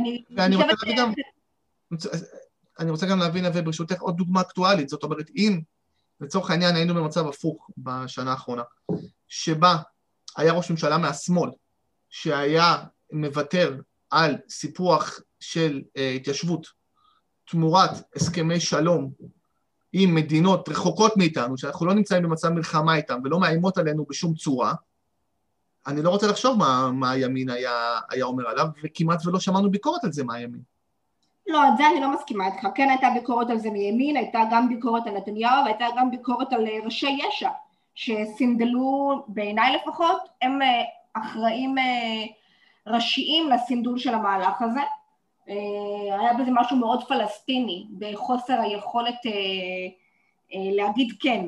אני רוצה גם להבין, וברשותך עוד דוגמה אקטואלית, זאת אומרת, אם לצורך העניין היינו במצב הפוך בשנה האחרונה, שבה היה ראש ממשלה מהשמאל, שהיה מוותר על סיפוח של התיישבות תמורת הסכמי שלום עם מדינות רחוקות מאיתנו, שאנחנו לא נמצאים במצב מלחמה איתם ולא מאיימות עלינו בשום צורה, אני לא רוצה לחשוב מה הימין היה אומר עליו, וכמעט ולא שמענו ביקורת על זה מהימין. לא, את זה אני לא מסכימה איתך. כן הייתה ביקורת על זה מימין, הייתה גם ביקורת על נתניהו, והייתה גם ביקורת על ראשי יש"ע, שסינדלו, בעיניי לפחות, הם אחראים ראשיים לסינדול של המהלך הזה. היה בזה משהו מאוד פלסטיני, בחוסר היכולת להגיד כן.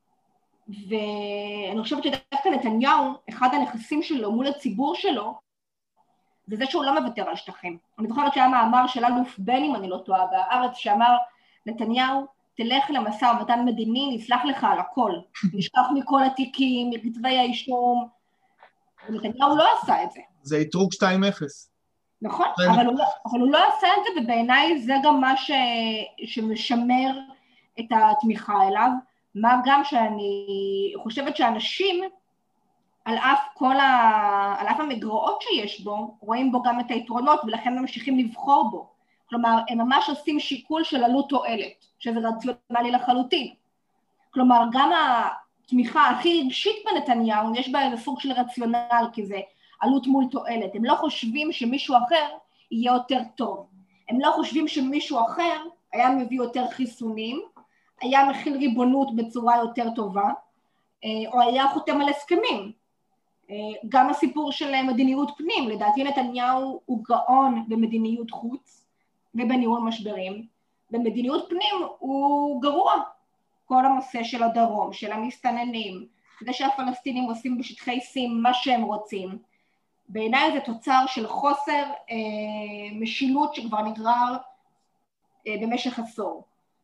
ואני חושבת שדווקא נתניהו, אחד הנכסים שלו מול הציבור שלו, זה שהוא לא מוותר על שטחים. אני זוכרת שהיה מאמר של אלוף בן, אם אני לא טועה, בארץ שאמר, נתניהו, תלך למשא ומתן מדיני, נסלח לך על הכל. נשכח מכל התיקים, מכתבי האישום. נתניהו לא עשה את זה. זה אתרוג 2-0. נכון, אבל הוא לא עשה את זה, ובעיניי זה גם מה שמשמר את התמיכה אליו, מה גם שאני חושבת שאנשים, על אף המגרעות שיש בו, רואים בו גם את היתרונות, ולכן ממשיכים לבחור בו. כלומר, הם ממש עושים שיקול של עלות תועלת, שזה רציונלי לחלוטין. כלומר, גם התמיכה הכי רגשית בנתניהו, יש בה איזה סוג של רציונל, כי זה עלות מול תועלת. הם לא חושבים שמישהו אחר יהיה יותר טוב. הם לא חושבים שמישהו אחר היה מביא יותר חיסונים, היה מכיל ריבונות בצורה יותר טובה, או היה חותם על הסכמים. גם הסיפור של מדיניות פנים, לדעתי נתניהו הוא גאון במדיניות חוץ ובניהול משברים, במדיניות פנים הוא גרוע, כל הנושא של הדרום, של המסתננים, זה שהפלסטינים עושים בשטחי C מה שהם רוצים, בעיניי זה תוצר של חוסר משילות שכבר נגרר במשך עשור,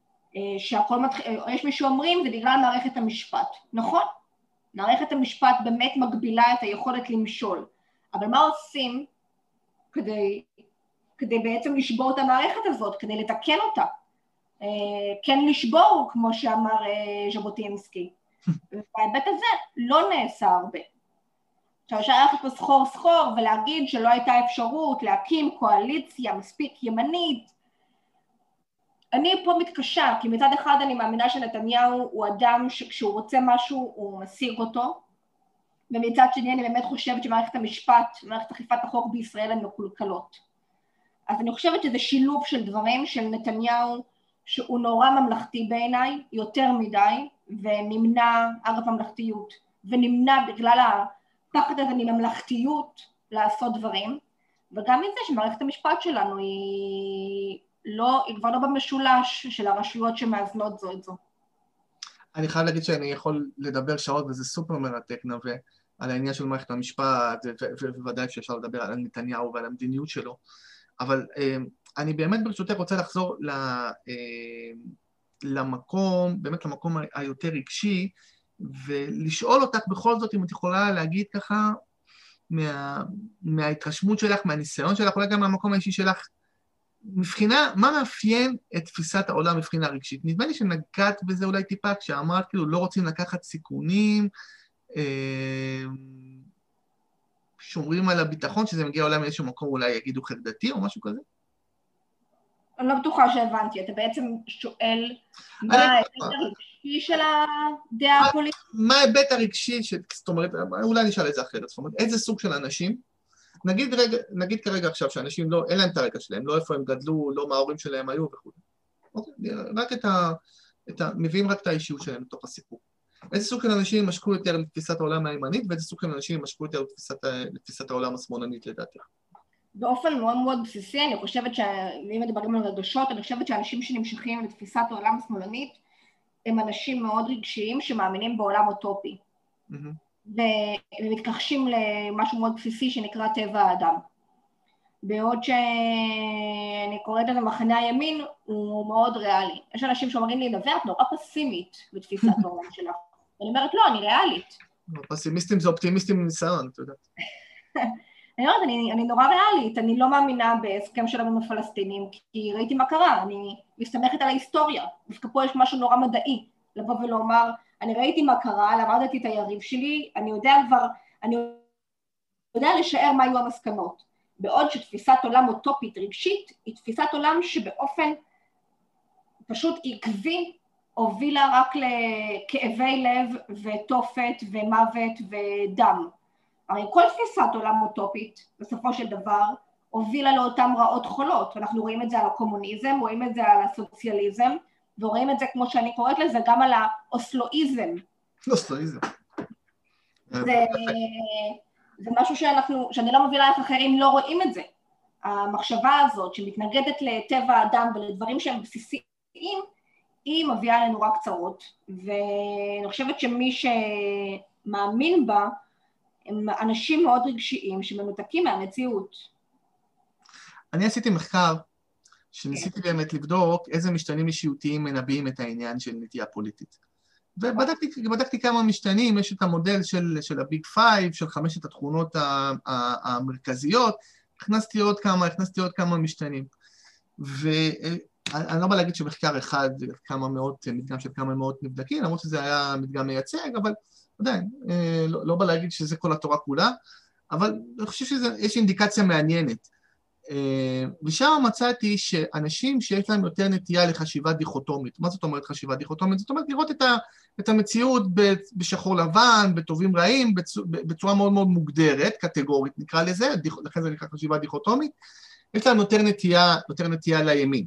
יש מישהו אומרים זה בגלל מערכת המשפט, נכון? מערכת המשפט באמת מגבילה את היכולת למשול, אבל מה עושים כדי כדי בעצם לשבור את המערכת הזאת, כדי לתקן אותה. כן לשבור, כמו שאמר ז'בוטינסקי. ובהיבט הזה לא נעשה הרבה. עכשיו אפשר ללכת פה סחור סחור ולהגיד שלא הייתה אפשרות להקים קואליציה מספיק ימנית. אני פה מתקשה, כי מצד אחד אני מאמינה שנתניהו הוא אדם שכשהוא רוצה משהו הוא משיג אותו, ומצד שני אני באמת חושבת שמערכת המשפט, מערכת אכיפת החוק בישראל הן מקולקלות. אז אני חושבת שזה שילוב של דברים של נתניהו, שהוא נורא ממלכתי בעיניי, יותר מדי, ונמנע, אגב ממלכתיות, ונמנע בגלל הפחד הזה מממלכתיות לעשות דברים, וגם מזה שמערכת המשפט שלנו היא כבר לא במשולש של הרשויות שמאזנות זו את זו. אני חייב להגיד שאני יכול לדבר שעות, וזה סופר מרתק נווה, על העניין של מערכת המשפט, ובוודאי שאפשר לדבר על נתניהו ועל המדיניות שלו, אבל אני באמת ברשותך רוצה לחזור למקום, באמת למקום היותר רגשי, ולשאול אותך בכל זאת אם את יכולה להגיד ככה, מההתרשמות שלך, מהניסיון שלך, אולי גם מהמקום האישי שלך, מבחינה, מה מאפיין את תפיסת העולם מבחינה רגשית? נדמה לי שנגעת בזה אולי טיפה, כשאמרת כאילו לא רוצים לקחת סיכונים, שומרים על הביטחון, שזה מגיע אולי מאיזשהו מקום אולי יגידו חרדתי או משהו כזה? אני לא בטוחה שהבנתי, אתה בעצם שואל מה ההיבט הרגשי של הדעה הפוליטית? מה ההיבט הרגשי, זאת אומרת, אולי נשאל את זה אחרת, זאת אומרת, איזה סוג של אנשים, נגיד כרגע עכשיו שאנשים לא, אין להם את הרקע שלהם, לא איפה הם גדלו, לא מה ההורים שלהם היו וכו'. רק מביאים רק את האישיות שלהם לתוך הסיפור. איזה סוג של אנשים משקו יותר לתפיסת העולם הימנית, ואיזה סוג של אנשים משקו יותר לתפיסת העולם השמאלנית לדעתך? באופן מאוד מאוד בסיסי, אני חושבת שאם מדברים על רגשות, אני חושבת שאנשים שנמשכים לתפיסת העולם השמאלנית, הם אנשים מאוד רגשיים שמאמינים בעולם אוטופי. ומתכחשים למשהו מאוד בסיסי שנקרא טבע האדם. בעוד שאני קוראת לזה מחנה הימין, הוא מאוד ריאלי. יש אנשים שאומרים לי, נווה, את נורא פסימית בתפיסת העולם שלך. ואני אומרת, לא, אני ריאלית. פסימיסטים זה אופטימיסטים מניסיון, אתה יודע. אני אומרת, אני נורא ריאלית, אני לא מאמינה בהסכם שלנו עם הפלסטינים, כי ראיתי מה קרה, אני מסתמכת על ההיסטוריה. דווקא פה יש משהו נורא מדעי, לבוא ולומר, אני ראיתי מה קרה, למדתי את היריב שלי, אני יודע לשער מה היו המסקנות. בעוד שתפיסת עולם אוטופית רגשית, היא תפיסת עולם שבאופן פשוט עקבי, הובילה רק לכאבי לב ותופת ומוות ודם. הרי כל תפיסת עולם אוטופית, בסופו של דבר, הובילה לאותם רעות חולות. אנחנו רואים את זה על הקומוניזם, רואים את זה על הסוציאליזם, ורואים את זה, כמו שאני קוראת לזה, גם על האוסלואיזם. אוסלואיזם. זה משהו שאני לא מובילה איך אחרים לא רואים את זה. המחשבה הזאת שמתנגדת לטבע האדם ולדברים שהם בסיסיים, היא מביאה לנו רק צרות. ואני חושבת שמי שמאמין בה, הם אנשים מאוד רגשיים שמנותקים מהמציאות. אני עשיתי מחקר שניסיתי באמת לבדוק איזה משתנים אישיותיים מנבאים את העניין של נטייה פוליטית. ובדקתי כמה משתנים, יש את המודל של הביג פייב, של 5 התכונות המרכזיות, הכנסתי עוד כמה משתנים. ואני לא בא להגיד שמחקר אחד, מדגם של כמה מאות נבדקים, למרות שזה היה מדגם מייצג, אבל עדיין, לא בא להגיד שזה כל התורה כולה, אבל אני חושב שיש אינדיקציה מעניינת. ושם מצאתי שאנשים שיש להם יותר נטייה לחשיבה דיכוטומית, מה זאת אומרת חשיבה דיכוטומית? זאת אומרת לראות את המציאות בשחור לבן, בטובים רעים, בצורה מאוד מאוד מוגדרת, קטגורית נקרא לזה, לכן זה נקרא חשיבה דיכוטומית, יש להם יותר נטייה לימין.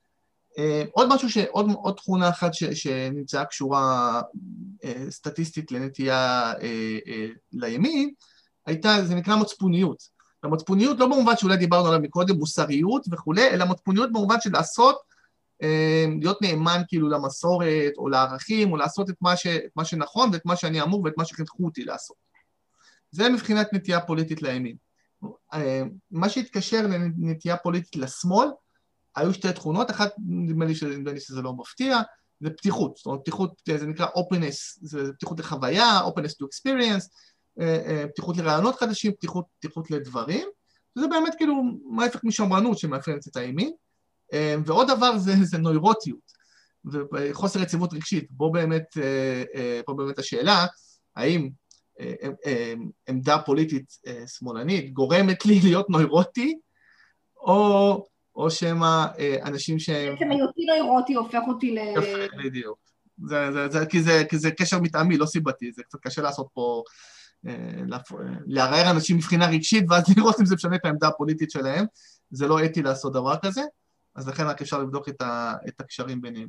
עוד תכונה אחת שנמצאה קשורה סטטיסטית לנטייה לימין, זה נקרא מצפוניות. המצפוניות לא במובן שאולי דיברנו עליו מקודם, מוסריות וכולי, אלא מצפוניות במובן של לעשות, להיות נאמן כאילו למסורת או לערכים, או לעשות את מה שנכון ואת מה שאני אמור ואת מה שחינכו אותי לעשות. זה מבחינת נטייה פוליטית לימין. מה שהתקשר לנטייה פוליטית לשמאל, היו 2 תכונות, אחת נדמה לי שזה לא מפתיע, זה פתיחות, זאת אומרת פתיחות, זה נקרא openness, זה פתיחות לחוויה, openness to experience, פתיחות לרעיונות חדשים, פתיחות לדברים, שזה באמת כאילו ההפך משמרנות שמאפיינת את הימין. ועוד דבר זה נוירוטיות, וחוסר יציבות רגשית. פה באמת השאלה, האם עמדה פוליטית שמאלנית גורמת לי להיות נוירוטי, או שמה אנשים שהם... בעצם היותי נוירוטי הופך אותי יפה, בדיוק. כי זה קשר מתאמי, לא סיבתי, זה קצת קשה לעשות פה, לערער אנשים מבחינה רגשית, ואז לראות אם זה משנה את העמדה הפוליטית שלהם, זה לא אתי לעשות דבר כזה, אז לכן רק אפשר לבדוק את הקשרים ביניהם.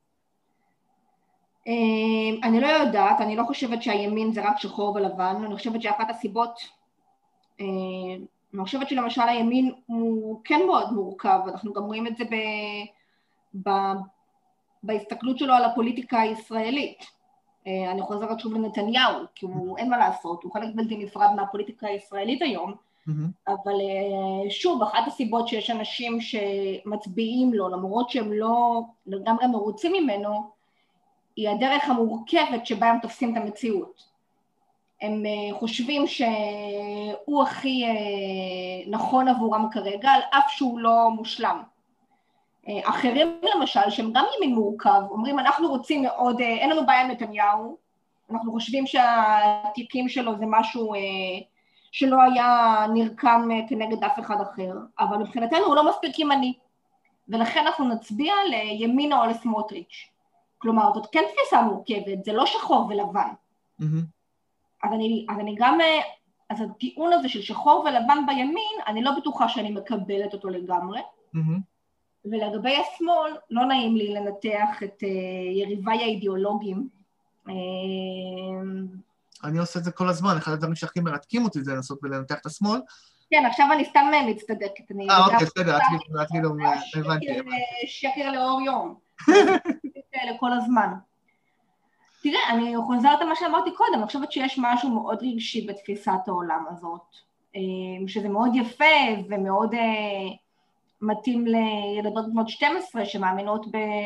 אני לא יודעת, אני לא חושבת שהימין זה רק שחור ולבן, אני חושבת שאחת הסיבות, אני חושבת שלמשל הימין הוא כן מאוד מורכב, אנחנו גם רואים את זה בהסתכלות שלו על הפוליטיקה הישראלית. אני חוזרת שוב לנתניהו, כי אין מה לעשות, הוא חלק בלתי נפרד מהפוליטיקה הישראלית היום, אבל שוב, אחת הסיבות שיש אנשים שמצביעים לו, למרות שהם לא לגמרי מרוצים ממנו, היא הדרך המורכבת שבה הם תופסים את המציאות. הם חושבים שהוא הכי נכון עבורם כרגע, על אף שהוא לא מושלם. אחרים למשל, שהם גם ימין מורכב, אומרים אנחנו רוצים מאוד, אין לנו בעיה עם נתניהו, אנחנו חושבים שהתיקים שלו זה משהו שלא היה נרקם כנגד אף אחד אחר, אבל מבחינתנו הוא לא מספיק ימני, ולכן אנחנו נצביע לימינה או לסמוטריץ'. כלומר, זאת כן תפיסה מורכבת, זה לא שחור ולבן. אז אני גם, אז הטיעון הזה של שחור ולבן בימין, אני לא בטוחה שאני מקבלת אותו לגמרי, ולגבי השמאל, לא נעים לי לנתח את יריביי האידיאולוגיים. אני עושה את זה כל הזמן, אחד הדברים שהכי מרתקים אותי זה לנסות ולנתח את השמאל. כן, עכשיו אני סתם מצטדקת. אוקיי, בסדר, את כאילו, הבנתי. שקר לאור יום. כל הזמן. תראה, אני חוזרת על מה שאמרתי קודם, אני חושבת שיש משהו מאוד רגשי בתפיסת העולם הזאת, שזה מאוד יפה ומאוד מתאים לילדות בנות 12 שמאמינות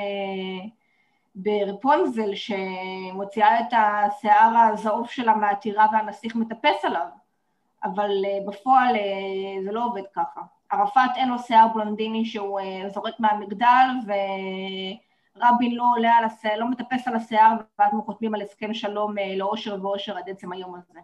ברפונזל שמוציאה את השיער הזעוף שלה מהטירה והנסיך מטפס עליו, אבל בפועל זה לא עובד ככה. ערפאת אין לו שיער בלונדיני שהוא זורק מהמגדל, ורבין לא עולה על השיער, לא מטפס על השיער, ואז חותמים על הסכם שלום לאושר ואושר עד עצם היום הזה.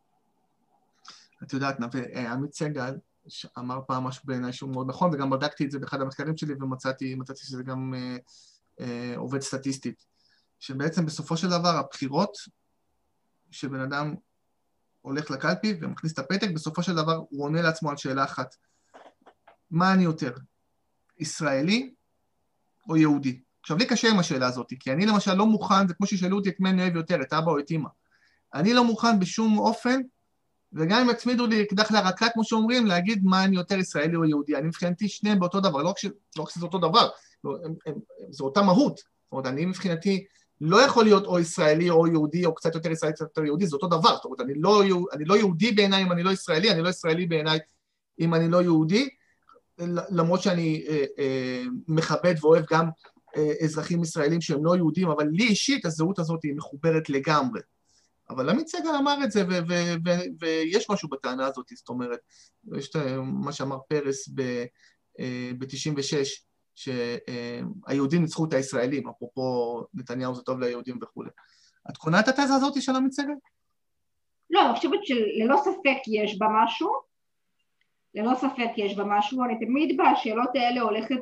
את יודעת, עמית סגל אמר פעם משהו בעיניי שהוא מאוד נכון, וגם בדקתי את זה באחד המחקרים שלי, ומצאתי שזה גם עובד סטטיסטית, שבעצם בסופו של דבר הבחירות, שבן אדם הולך לקלפי ומכניס את הפתק, בסופו של דבר הוא עונה לעצמו על שאלה אחת, מה אני יותר, ישראלי או יהודי? עכשיו לי קשה עם השאלה הזאת, כי אני למשל לא מוכן, זה כמו ששאלו אותי את מי אני אוהב יותר, את אבא או את אמא, אני לא מוכן בשום אופן, וגם אם הצמידו לי אקדח לרקה, כמו שאומרים, להגיד מה אני יותר ישראלי או יהודי. אני מבחינתי שניהם באותו דבר, לא רק שזה אותו דבר, זו אותה מהות. זאת אומרת, אני מבחינתי לא יכול להיות או ישראלי או יהודי, או קצת יותר ישראלי, קצת יותר יהודי, זה אותו דבר. זאת אומרת, אני לא יהודי בעיניי אם אני לא ישראלי, אני לא ישראלי בעיניי אם אני לא יהודי, למרות שאני מכבד ואוהב גם אזרחים ישראלים שהם לא יהודים, אבל לי אישית הזהות הזאת היא מחוברת לגמרי. אבל עמית סגל אמר את זה, ויש משהו בטענה הזאת, זאת אומרת, יש מה שאמר פרס ב-96, שהיהודים ניצחו את הישראלים, אפרופו נתניהו זה טוב ליהודים וכו'. את קונה את התזה הזאת של עמית סגל? לא, אני חושבת שללא ספק יש בה משהו, ללא ספק יש בה משהו, אני תמיד בשאלות האלה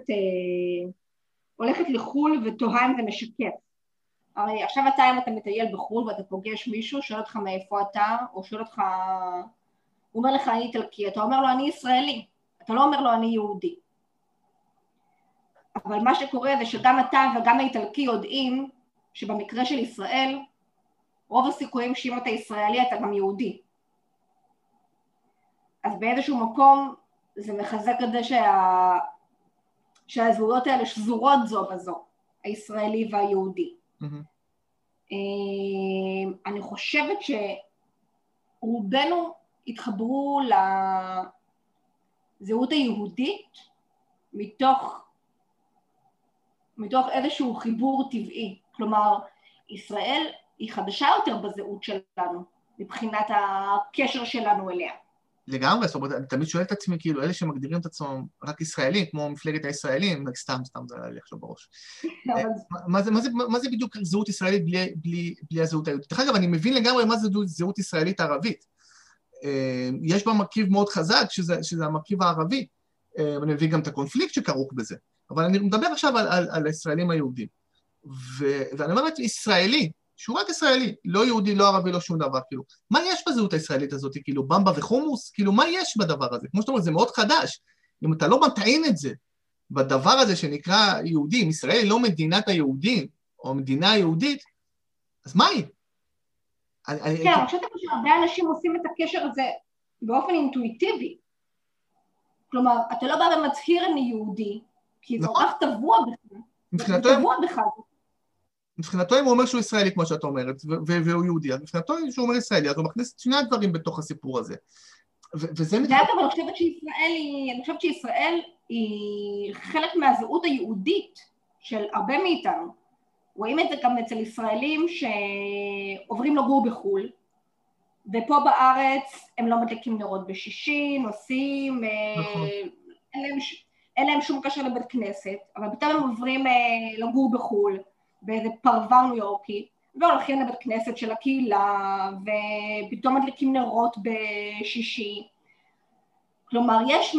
הולכת לחול ותוהה אם זה משקף. הרי עכשיו אם אתה מטייל בחו"ל ואתה פוגש מישהו, שואל אותך מאיפה אתה, או שואל אותך, הוא אומר לך אני איטלקי, אתה אומר לו אני ישראלי, אתה לא אומר לו אני יהודי. אבל מה שקורה זה שגם אתה וגם האיטלקי יודעים שבמקרה של ישראל, רוב הסיכויים שאם אתה ישראלי אתה גם יהודי. אז באיזשהו מקום זה מחזק את זה שהזהויות האלה שזורות זו בזו, הישראלי והיהודי. אני חושבת שרובנו התחברו לזהות היהודית מתוך איזשהו חיבור טבעי. כלומר, ישראל היא חדשה יותר בזהות שלנו, מבחינת הקשר שלנו אליה. לגמרי, זאת אומרת, אני תמיד שואל את עצמי, כאילו, אלה שמגדירים את עצמם רק ישראלים, כמו מפלגת הישראלים, סתם זה היה לי עכשיו בראש. מה זה בדיוק זהות ישראלית בלי הזהות היהודית? דרך אגב, אני מבין לגמרי מה זה זהות ישראלית ערבית. יש בה מרכיב מאוד חזק, שזה המרכיב הערבי. אני מבין גם את הקונפליקט שכרוך בזה. אבל אני מדבר עכשיו על הישראלים היהודים. ואני אומרת, ישראלי, שהוא רק ישראלי, לא יהודי, לא ערבי, לא שום דבר, כאילו. מה יש בזהות הישראלית הזאת? כאילו, במבה וחומוס? כאילו, מה יש בדבר הזה? כמו שאתה אומר, זה מאוד חדש. אם אתה לא מטעין את זה בדבר הזה שנקרא יהודים, ישראל היא לא מדינת היהודים, או מדינה יהודית, אז מה היא? כן, אני חושבת שהרבה אנשים עושים את הקשר הזה באופן אינטואיטיבי. כלומר, אתה לא בא ומצהיר אני יהודי, כי זה רק טבוע בך. זה טבוע בך. מבחינתו אם הוא אומר שהוא ישראלי, כמו שאת אומרת, והוא יהודי, אז מבחינתו שהוא אומר ישראלי, אז הוא מכניס שני הדברים בתוך הסיפור הזה. וזה אגב, אני חושבת שישראל היא חלק מהזהות היהודית של הרבה מאיתנו. רואים את זה גם אצל ישראלים שעוברים לגור בחו"ל, ופה בארץ הם לא מדליקים נרות בשישי, נוסעים, אין להם שום קשר לבית כנסת, אבל פתאום הם עוברים לגור בחו"ל, באיזה פרבר ניו יורקי, והולכים לבית כנסת של הקהילה, ופתאום מדליקים נרות בשישי. כלומר, יש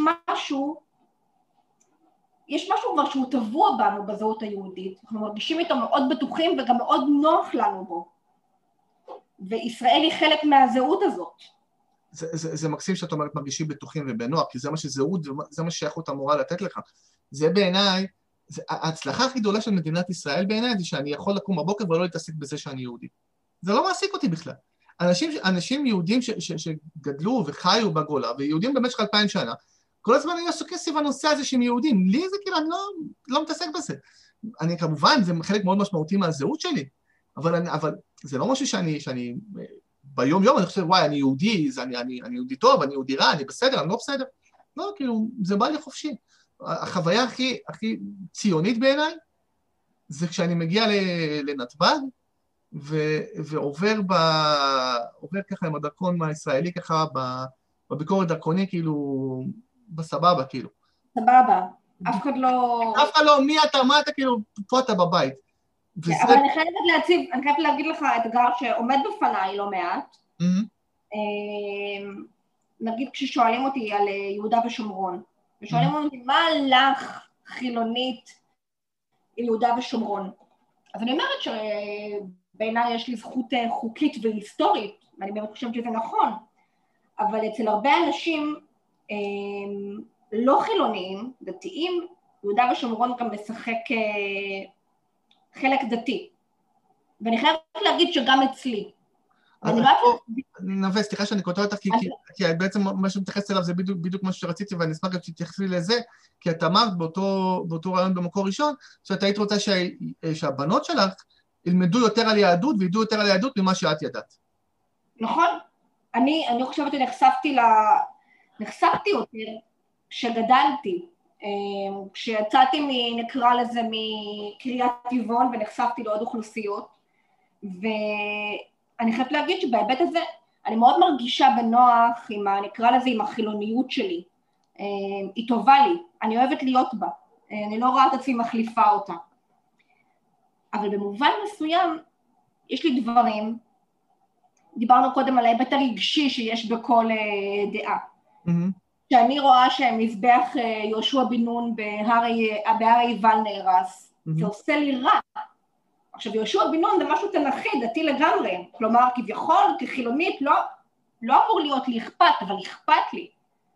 משהו כבר שהוא טבוע בנו בזהות היהודית, אנחנו מרגישים איתו מאוד בטוחים וגם מאוד נוח לנו בו. וישראל היא חלק מהזהות הזאת. זה מקסים שאת אומרת מרגישים בטוחים ובנוח, כי זה מה שזהות, זה מה שייכות אמורה לתת לך. זה בעיניי, ההצלחה הכי גדולה של מדינת ישראל בעיניי, זה שאני יכול לקום בבוקר ולא להתעסק בזה שאני יהודי. זה לא מעסיק אותי בכלל. אנשים יהודים שגדלו וחיו בגולה, ויהודים במשך 2000 שנה, כל הזמן היו עסוקים סביב הנושא הזה שהם יהודים. לי זה כאילו, אני לא מתעסק בזה. אני כמובן, זה חלק מאוד משמעותי מהזהות שלי, אבל זה לא משהו שאני ביום יום אני חושב, וואי, אני יהודי, אני יהודי טוב, אני יהודי רע, אני בסדר, אני לא בסדר. לא, כאילו, זה בא לי חופשי. החוויה הכי ציונית בעיניי, זה כשאני מגיע לנתב"ג, ועובר ככה עם הדרכון הישראלי, ככה בביקורת דרכוני, כאילו, בסבבה, כאילו. סבבה, אף אחד לא, מי אתה, מה אתה, כאילו, פה אתה בבית. אבל אני חייבת להגיד לך אתגר שעומד בפניי לא מעט. נגיד כששואלים אותי על יהודה ושומרון, ושואלים אותי מה לך חילונית עם יהודה ושומרון. אז אני אומרת שבעיניי יש לי זכות חוקית והיסטורית, ואני באמת חושבת שזה נכון, אבל אצל הרבה אנשים לא חילוניים, דתיים, יהודה ושומרון גם משחק חלק דתי. ואני חייבת להגיד שגם אצלי. נווה, סליחה שאני קוטע אותך, כי בעצם מה שמתייחס אליו זה בדיוק מה שרציתי, ואני אשמח גם שתתייחסי לזה, כי את אמרת באותו רעיון במקור ראשון, שאת היית רוצה שהבנות שלך ילמדו יותר על יהדות, וידעו יותר על יהדות ממה שאת ידעת. נכון. אני חושבת שנחשפתי יותר כשגדלתי, כשיצאתי נקרא לזה מקריית טבעון ונחשפתי לעוד אוכלוסיות, ואני חייבת להגיד שבהיבט הזה אני מאוד מרגישה בנוח נקרא לזה עם החילוניות שלי, היא טובה לי, אני אוהבת להיות בה, אני לא רואה את עצמי מחליפה אותה, אבל במובן מסוים יש לי דברים, דיברנו קודם על ההיבט הרגשי שיש בכל דעה, שאני רואה שמזבח יהושע בן נון בהר עיבל נהרס, זה עושה לי רע. עכשיו, יהושע בן נון זה משהו תנכי, דתי לגמרי, כלומר, כביכול, כחילונית, לא אמור להיות לי אכפת, אבל אכפת לי.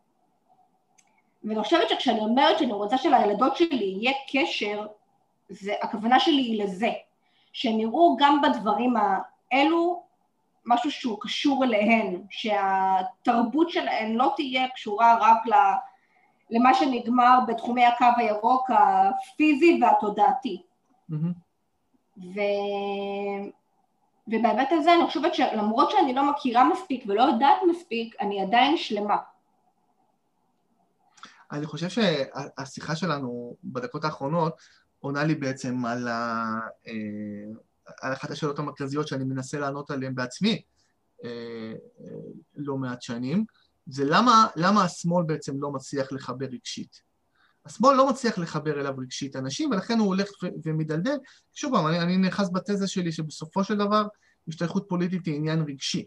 ואני חושבת שכשאני אומרת שאני רוצה שלילדות שלי יהיה קשר, הכוונה שלי היא לזה, שהם יראו גם בדברים האלו, משהו שהוא קשור אליהן, שהתרבות שלהן לא תהיה קשורה רק למה שנגמר בתחומי הקו הירוק הפיזי והתודעתי. ובהיבט הזה אני חושבת שלמרות שאני לא מכירה מספיק ולא יודעת מספיק, אני עדיין שלמה. אני חושב שהשיחה שלנו בדקות האחרונות עונה לי בעצם על אחת השאלות המרכזיות שאני מנסה לענות עליהן בעצמי לא מעט שנים, זה למה השמאל בעצם לא מצליח לחבר רגשית. השמאל לא מצליח לחבר אליו רגשית אנשים, ולכן הוא הולך ומדלדל. שוב פעם, אני נכנס בתזה שלי שבסופו של דבר, השתייכות פוליטית היא עניין רגשי.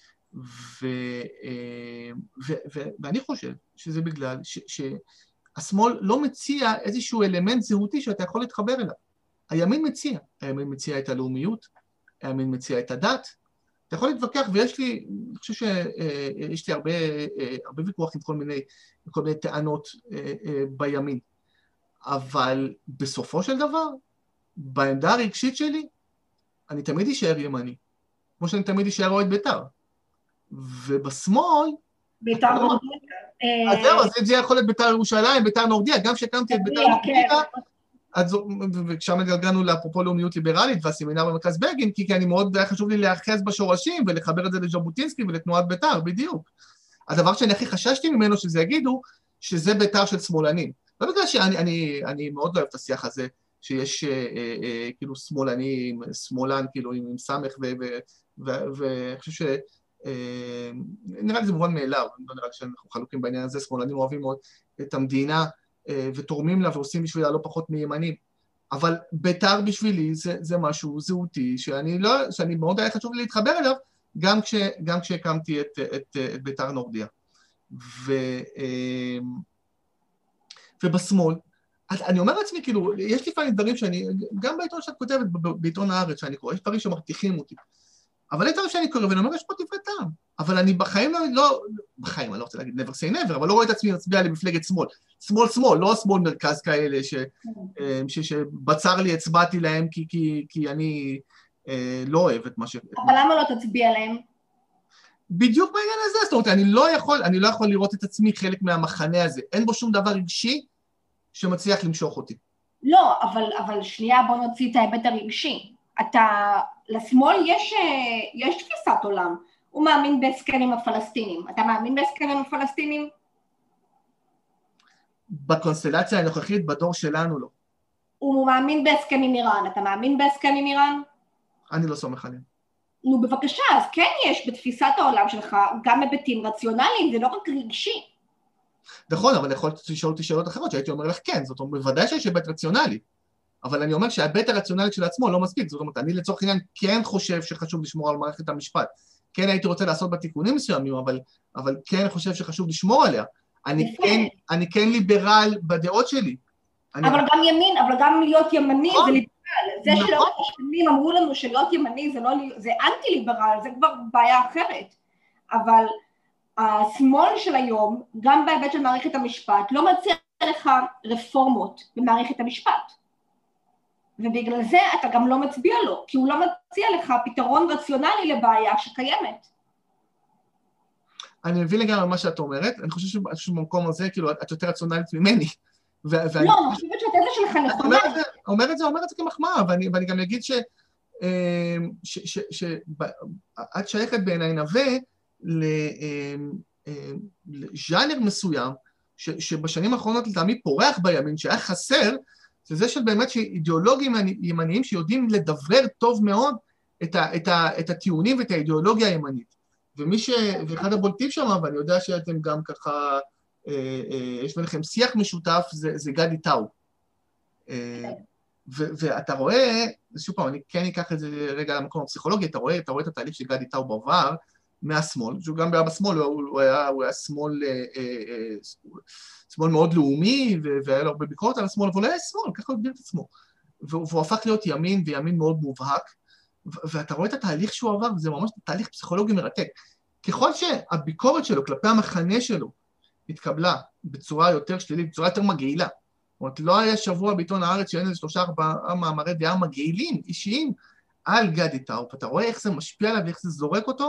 ואני חושב שזה בגלל שהשמאל לא מציע איזשהו אלמנט זהותי שאתה יכול להתחבר אליו. הימין מציע את הלאומיות, הימין מציע את הדת. אתה יכול להתווכח, ויש לי, אני חושב שיש לי הרבה ויכוח עם כל מיני טענות בימין. אבל בסופו של דבר, בעמדה הרגשית שלי, אני תמיד אשאר ימני. כמו שאני תמיד אשאר אוהד בית"ר. ובשמאל... בית"ר נורדיה. אז זהו, אז זה יכול להיות בית"ר ירושלים, בית"ר נורדיה, גם שהקמתי את בית"ר נורדיה, ושם הגענו לאפרופו לאומיות ליברלית והסמינר במרכז בגין, כי אני מאוד היה חשוב לי להיאחז בשורשים ולחבר את זה לז'בוטינסקי ולתנועת בית"ר, בדיוק. הדבר שאני הכי חששתי ממנו שזה יגידו, שזה בית"ר של שמאלנים. לא בגלל שאני מאוד לא אוהב את השיח הזה, שיש כאילו שמאלן כאילו עם סמך, ואני חושב ש... נראה לי זה מובן מאליו, לא נראה לי שאנחנו חלוקים בעניין הזה, שמאלנים אוהבים מאוד את המדינה ותורמים לה ועושים בשבילה לא פחות מימנים, אבל בית"ר בשבילי זה משהו זהותי שאני מאוד היה חשוב לי להתחבר אליו, גם כשהקמתי את בית"ר נורדיה. ובשמאל, אני אומר לעצמי, כאילו, יש לפעמים דברים שאני, גם בעיתון שאת כותבת, בעיתון הארץ שאני קורא, יש דברים שמרתיחים אותי. אבל יש דברים שאני קורא, ואני אומר, יש פה דברי טעם. אבל אני בחיים בחיים, אני לא רוצה להגיד never say never, אבל לא רואה את עצמי להצביע למפלגת שמאל. שמאל, לא שמאל מרכז כאלה, שבצר לי הצבעתי להם, כי אני לא אוהב את מה ש... אבל למה לא תצביע להם? בדיוק בעניין הזה, זאת אומרת, אני לא יכול לראות את עצמי חלק מהמחנה הזה. אין בו שום דבר רגשי שמצליח למשוך אותי. לא, אבל שנייה, בוא נוציא את ההיבט הרגשי. לשמאל יש תפיסת עולם. הוא מאמין בהסכמים הפלסטינים. אתה מאמין בהסכמים הפלסטינים? בקונסטלציה הנוכחית, בדור שלנו לא. הוא מאמין בהסכם עם איראן. אתה מאמין בהסכם עם איראן? אני לא סומך עליהם. נו, בבקשה, אז כן יש בתפיסת העולם שלך גם היבטים רציונליים, זה לא רק רגשי. נכון, אבל יכולת לשאול אותי שאלות אחרות, שהייתי אומר לך כן, זאת אומרת, בוודאי שיש היבט רציונלי, אבל אני אומר שההיבט הרציונלי של עצמו לא מספיק, זאת אומרת, אני לצורך עניין כן חושב שחשוב לשמור על מערכת המשפט, כן הייתי רוצה לעשות בה תיקונים מסוימים, אבל כן חושב שחשוב לשמור עליה, אני כן ליברל בדעות שלי. אבל גם ימין, אבל גם להיות ימני זה ליברל, זה שלאורך השנים אמרו לנו שלהיות ימני זה אנטי ליברל, זה כבר בעיה אחרת, אבל השמאל של היום, גם בהיבט של מערכת המשפט, לא מציע לך רפורמות במערכת המשפט. ובגלל זה אתה גם לא מצביע לו, כי הוא לא מציע לך פתרון רציונלי לבעיה שקיימת. אני מבין לגמרי מה שאת אומרת, אני חושב שבמקום הזה, כאילו, את יותר רציונלית ממני. לא, אני חושבת שהתזה שלך נכונה. אומר את זה כמחמאה, ואני גם אגיד שאת שייכת בעיניי נווה לז'אנר מסוים, שבשנים האחרונות לטעמי פורח בימין, שהיה חסר, זה של באמת שאידיאולוגים ימניים שיודעים לדברר טוב מאוד את הטיעונים ואת האידיאולוגיה הימנית. ואחד הבולטים שם, ואני יודע שאתם גם ככה, יש ביניכם שיח משותף, זה גדי טאו. ואתה רואה, שוב פעם, אני כן אקח את זה רגע למקום הפסיכולוגי, אתה רואה את התהליך של גדי טאו בעבר, מהשמאל, שהוא גם היה בשמאל, הוא היה שמאל מאוד לאומי, והיה לו הרבה ביקורת על השמאל, אבל הוא היה שמאל, ככה הוא הגדיר את עצמו. והוא הפך להיות ימין, וימין מאוד מובהק, ואתה רואה את התהליך שהוא עבר, וזה ממש תהליך פסיכולוגי מרתק. ככל שהביקורת שלו, כלפי המחנה שלו, התקבלה בצורה יותר שלילית, בצורה יותר מגעילה. זאת אומרת, לא היה שבוע בעיתון הארץ שאין איזה 3-4 מאמרי דעה מגעילים, אישיים, על גדי טאו, ואתה רואה איך זה משפיע עליו, ואיך זה זורק אותו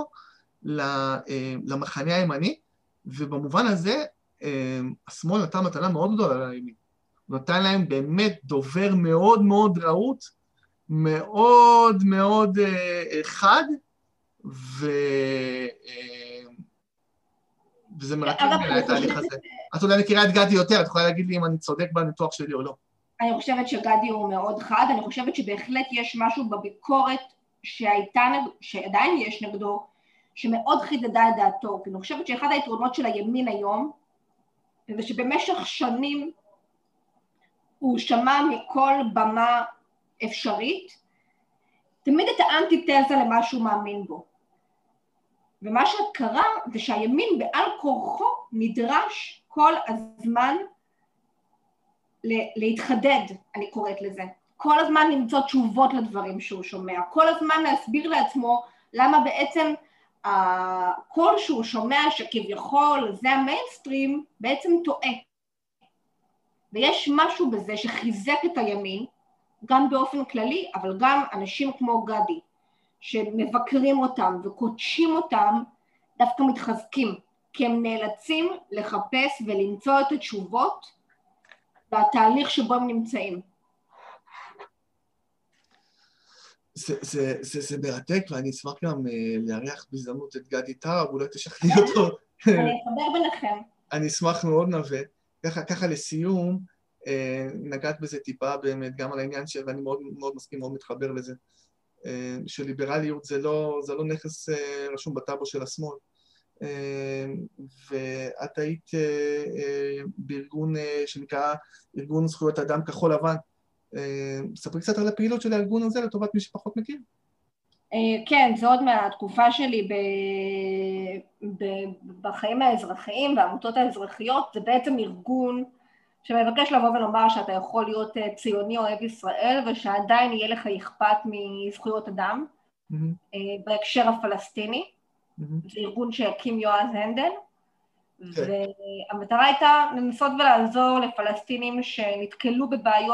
למחנה הימני, ובמובן הזה, השמאל נתן מתנה מאוד גדולה לימין. הוא נתן להם באמת דובר מאוד מאוד רהוט, מאוד מאוד חד, וזה מרתק את התהליך הזה. את אולי מכירה את גדי יותר, את יכולה להגיד לי אם אני צודק בניתוח שלי או לא. אני חושבת שגדי הוא מאוד חד, אני חושבת שבהחלט יש משהו בביקורת שעדיין יש נגדו, שמאוד חידדה את דעתו, כי אני חושבת שאחד היתרונות של הימין היום, זה שבמשך שנים הוא שמע מכל במה אפשרית, תמיד את האנטיתזה למה שהוא מאמין בו. ומה שקרה זה שהימין בעל כורחו נדרש כל הזמן להתחדד, אני קוראת לזה. כל הזמן למצוא תשובות לדברים שהוא שומע, כל הזמן להסביר לעצמו למה בעצם הקול שהוא שומע שכביכול זה המיינסטרים בעצם טועה. ויש משהו בזה שחיזק את הימין, גם באופן כללי, אבל גם אנשים כמו גדי, שמבקרים אותם וקודשים אותם, דווקא מתחזקים, כי הם נאלצים לחפש ולמצוא את התשובות בתהליך שבו הם נמצאים. זה מרתק, ואני אשמח גם לארח בהזדמנות את גדי טארב, אולי תשכנעי אותו. אני אסבר ביניכם. אני אשמח מאוד נווה. ככה לסיום, נגעת בזה טיפה באמת, גם על העניין ואני מאוד מסכים, מאוד מתחבר לזה, שליברליות זה לא נכס רשום בטאבו של השמאל. ואת היית בארגון שנקרא ארגון זכויות אדם כחול לבן. ספרי קצת על הפעילות של הארגון הזה לטובת מי שפחות מכיר. כן, זה עוד מהתקופה שלי בחיים האזרחיים והעמותות האזרחיות, זה בעצם ארגון שמבקש לבוא ולומר שאתה יכול להיות ציוני אוהב ישראל ושעדיין יהיה לך אכפת מזכויות אדם בהקשר הפלסטיני. זה ארגון שהקים יועז הנדל, והמטרה הייתה לנסות ולעזור לפלסטינים שנתקלו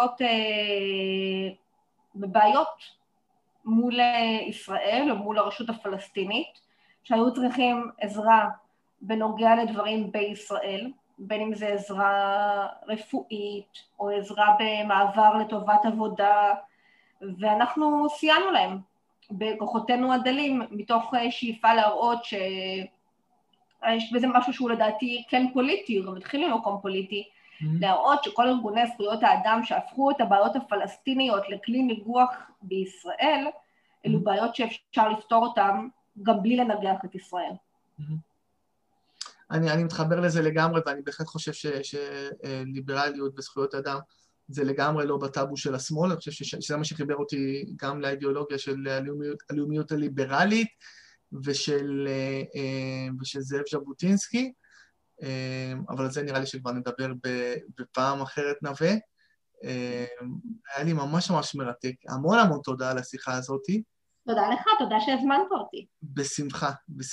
בבעיות מול ישראל או מול הרשות הפלסטינית, שהיו צריכים עזרה בנוגע לדברים בישראל, בין אם זה עזרה רפואית או עזרה במעבר לטובת עבודה, ואנחנו סייענו להם בכוחותינו הדלים, מתוך שאיפה להראות שיש בזה משהו שהוא לדעתי כן פוליטי, הוא מתחיל ממקום פוליטי, להראות שכל ארגוני זכויות האדם שהפכו את הבעיות הפלסטיניות לכלי ניגוח בישראל, אלו בעיות שאפשר לפתור אותן גם בלי לנגח את ישראל. אני מתחבר לזה לגמרי, ואני בהחלט חושב שליברליות וזכויות אדם זה לגמרי לא בטאבו של השמאל. אני חושב שזה מה שחיבר אותי גם לאידיאולוגיה של הלאומיות הליברלית ושל זאב ז'בוטינסקי, אבל על זה נראה לי שכבר נדבר בפעם אחרת נווה. היה לי ממש מרתק. המון תודה על השיחה הזאת. תודה לך, תודה שהזמנת אותי. בשמחה.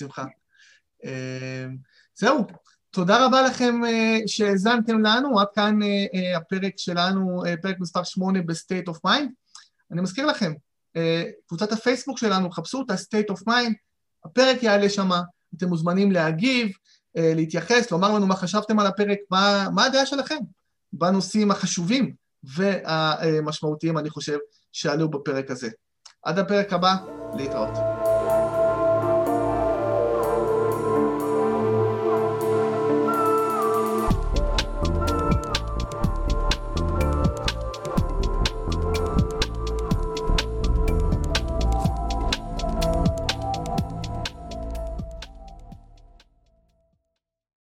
זהו, תודה רבה לכם שהזמנתם לנו, עד כאן הפרק שלנו, פרק מספר 8 ב-State of Mind. אני מזכיר לכם, קבוצת הפייסבוק שלנו, חפשו אותה, State of Mind, הפרק יעלה שמה, אתם מוזמנים להגיב, להתייחס, לומר לנו מה חשבתם על הפרק, מה הדעה שלכם בנושאים החשובים והמשמעותיים, אני חושב, שעלו בפרק הזה. עד הפרק הבא, להתראות.